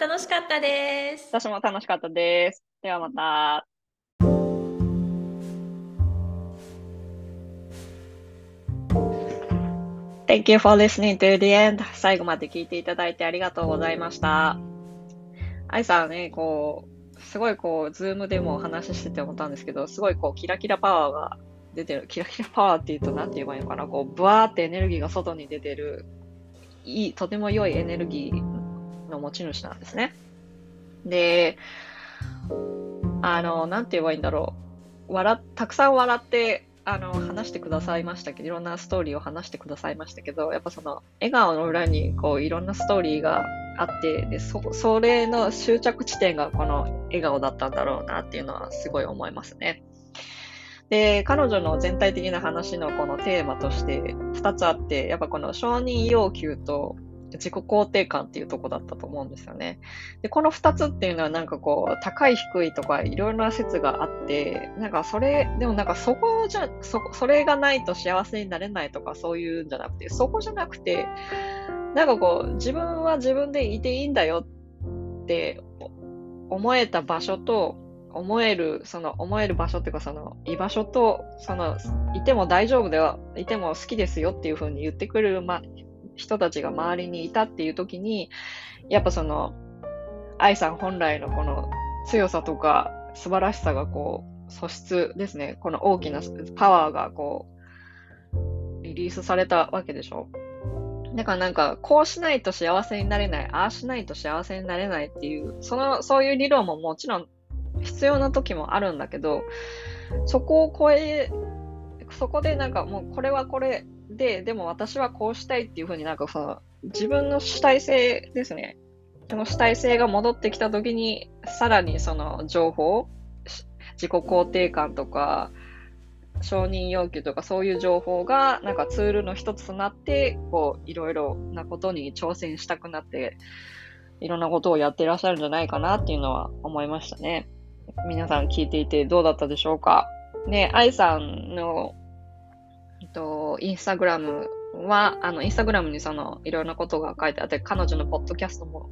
[SPEAKER 2] 楽しかったです。
[SPEAKER 1] 私も楽しかったです。ではまた。Thank you for listening to the end. 最後まで聞いていただいてありがとうございました。愛さんね、すごいズームでもお話ししてて思ったんですけど、すごいキラキラパワーが出てる。キラキラパワーって言うと何て言えばいいのかな、ブワーってエネルギーが外に出てる、とても良いエネルギーの持ち主なんですね。で、なんて言えばいいんだろう。たくさん笑って、話してくださいましたけど、いろんなストーリーを話してくださいましたけど、やっぱその、笑顔の裏に、いろんなストーリーがあって、で、それの終着地点がこの笑顔だったんだろうなっていうのはすごい思いますね。で、彼女の全体的な話のこのテーマとして2つあって、やっぱこの承認要求と自己肯定感っていうとこだったと思うんですよね。で、この2つっていうのはなんか高い低いとかいろいろな説があって、なんかでもなんかそれがないと幸せになれないとかそういうんじゃなくて、そこじゃなくて、なんか自分は自分でいていいんだよって思えた場所と、思える場所っていうか居場所と、いても大丈夫では、いても好きですよっていう風に言ってくれる、人たちが周りにいたっていう時に、やっぱ愛さん本来のこの強さとか素晴らしさが素質ですね。この大きなパワーがリリースされたわけでしょ。だからなんか、こうしないと幸せになれない、ああしないと幸せになれないっていう、そういう理論ももちろん必要な時もあるんだけど、そこでなんかもうこれはこれで、でも私はこうしたいっていうふうになんか自分の主体性ですね。その主体性が戻ってきた時に、さらにその情報、自己肯定感とか、承認要求とかそういう情報がなんかツールの一つとなっていろいろなことに挑戦したくなっていろんなことをやっていらっしゃるんじゃないかなっていうのは思いましたね。皆さん聞いていてどうだったでしょうか。ね、愛さんの、インスタグラムはインスタグラムにいろんなことが書いてあって、彼女のポッドキャストも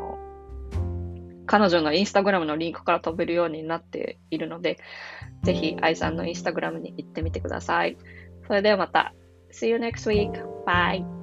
[SPEAKER 1] 彼女のインスタグラムのリンクから飛べるようになっているので、ぜひ愛さんのインスタグラムに行ってみてください。それではまた。See you next week. Bye.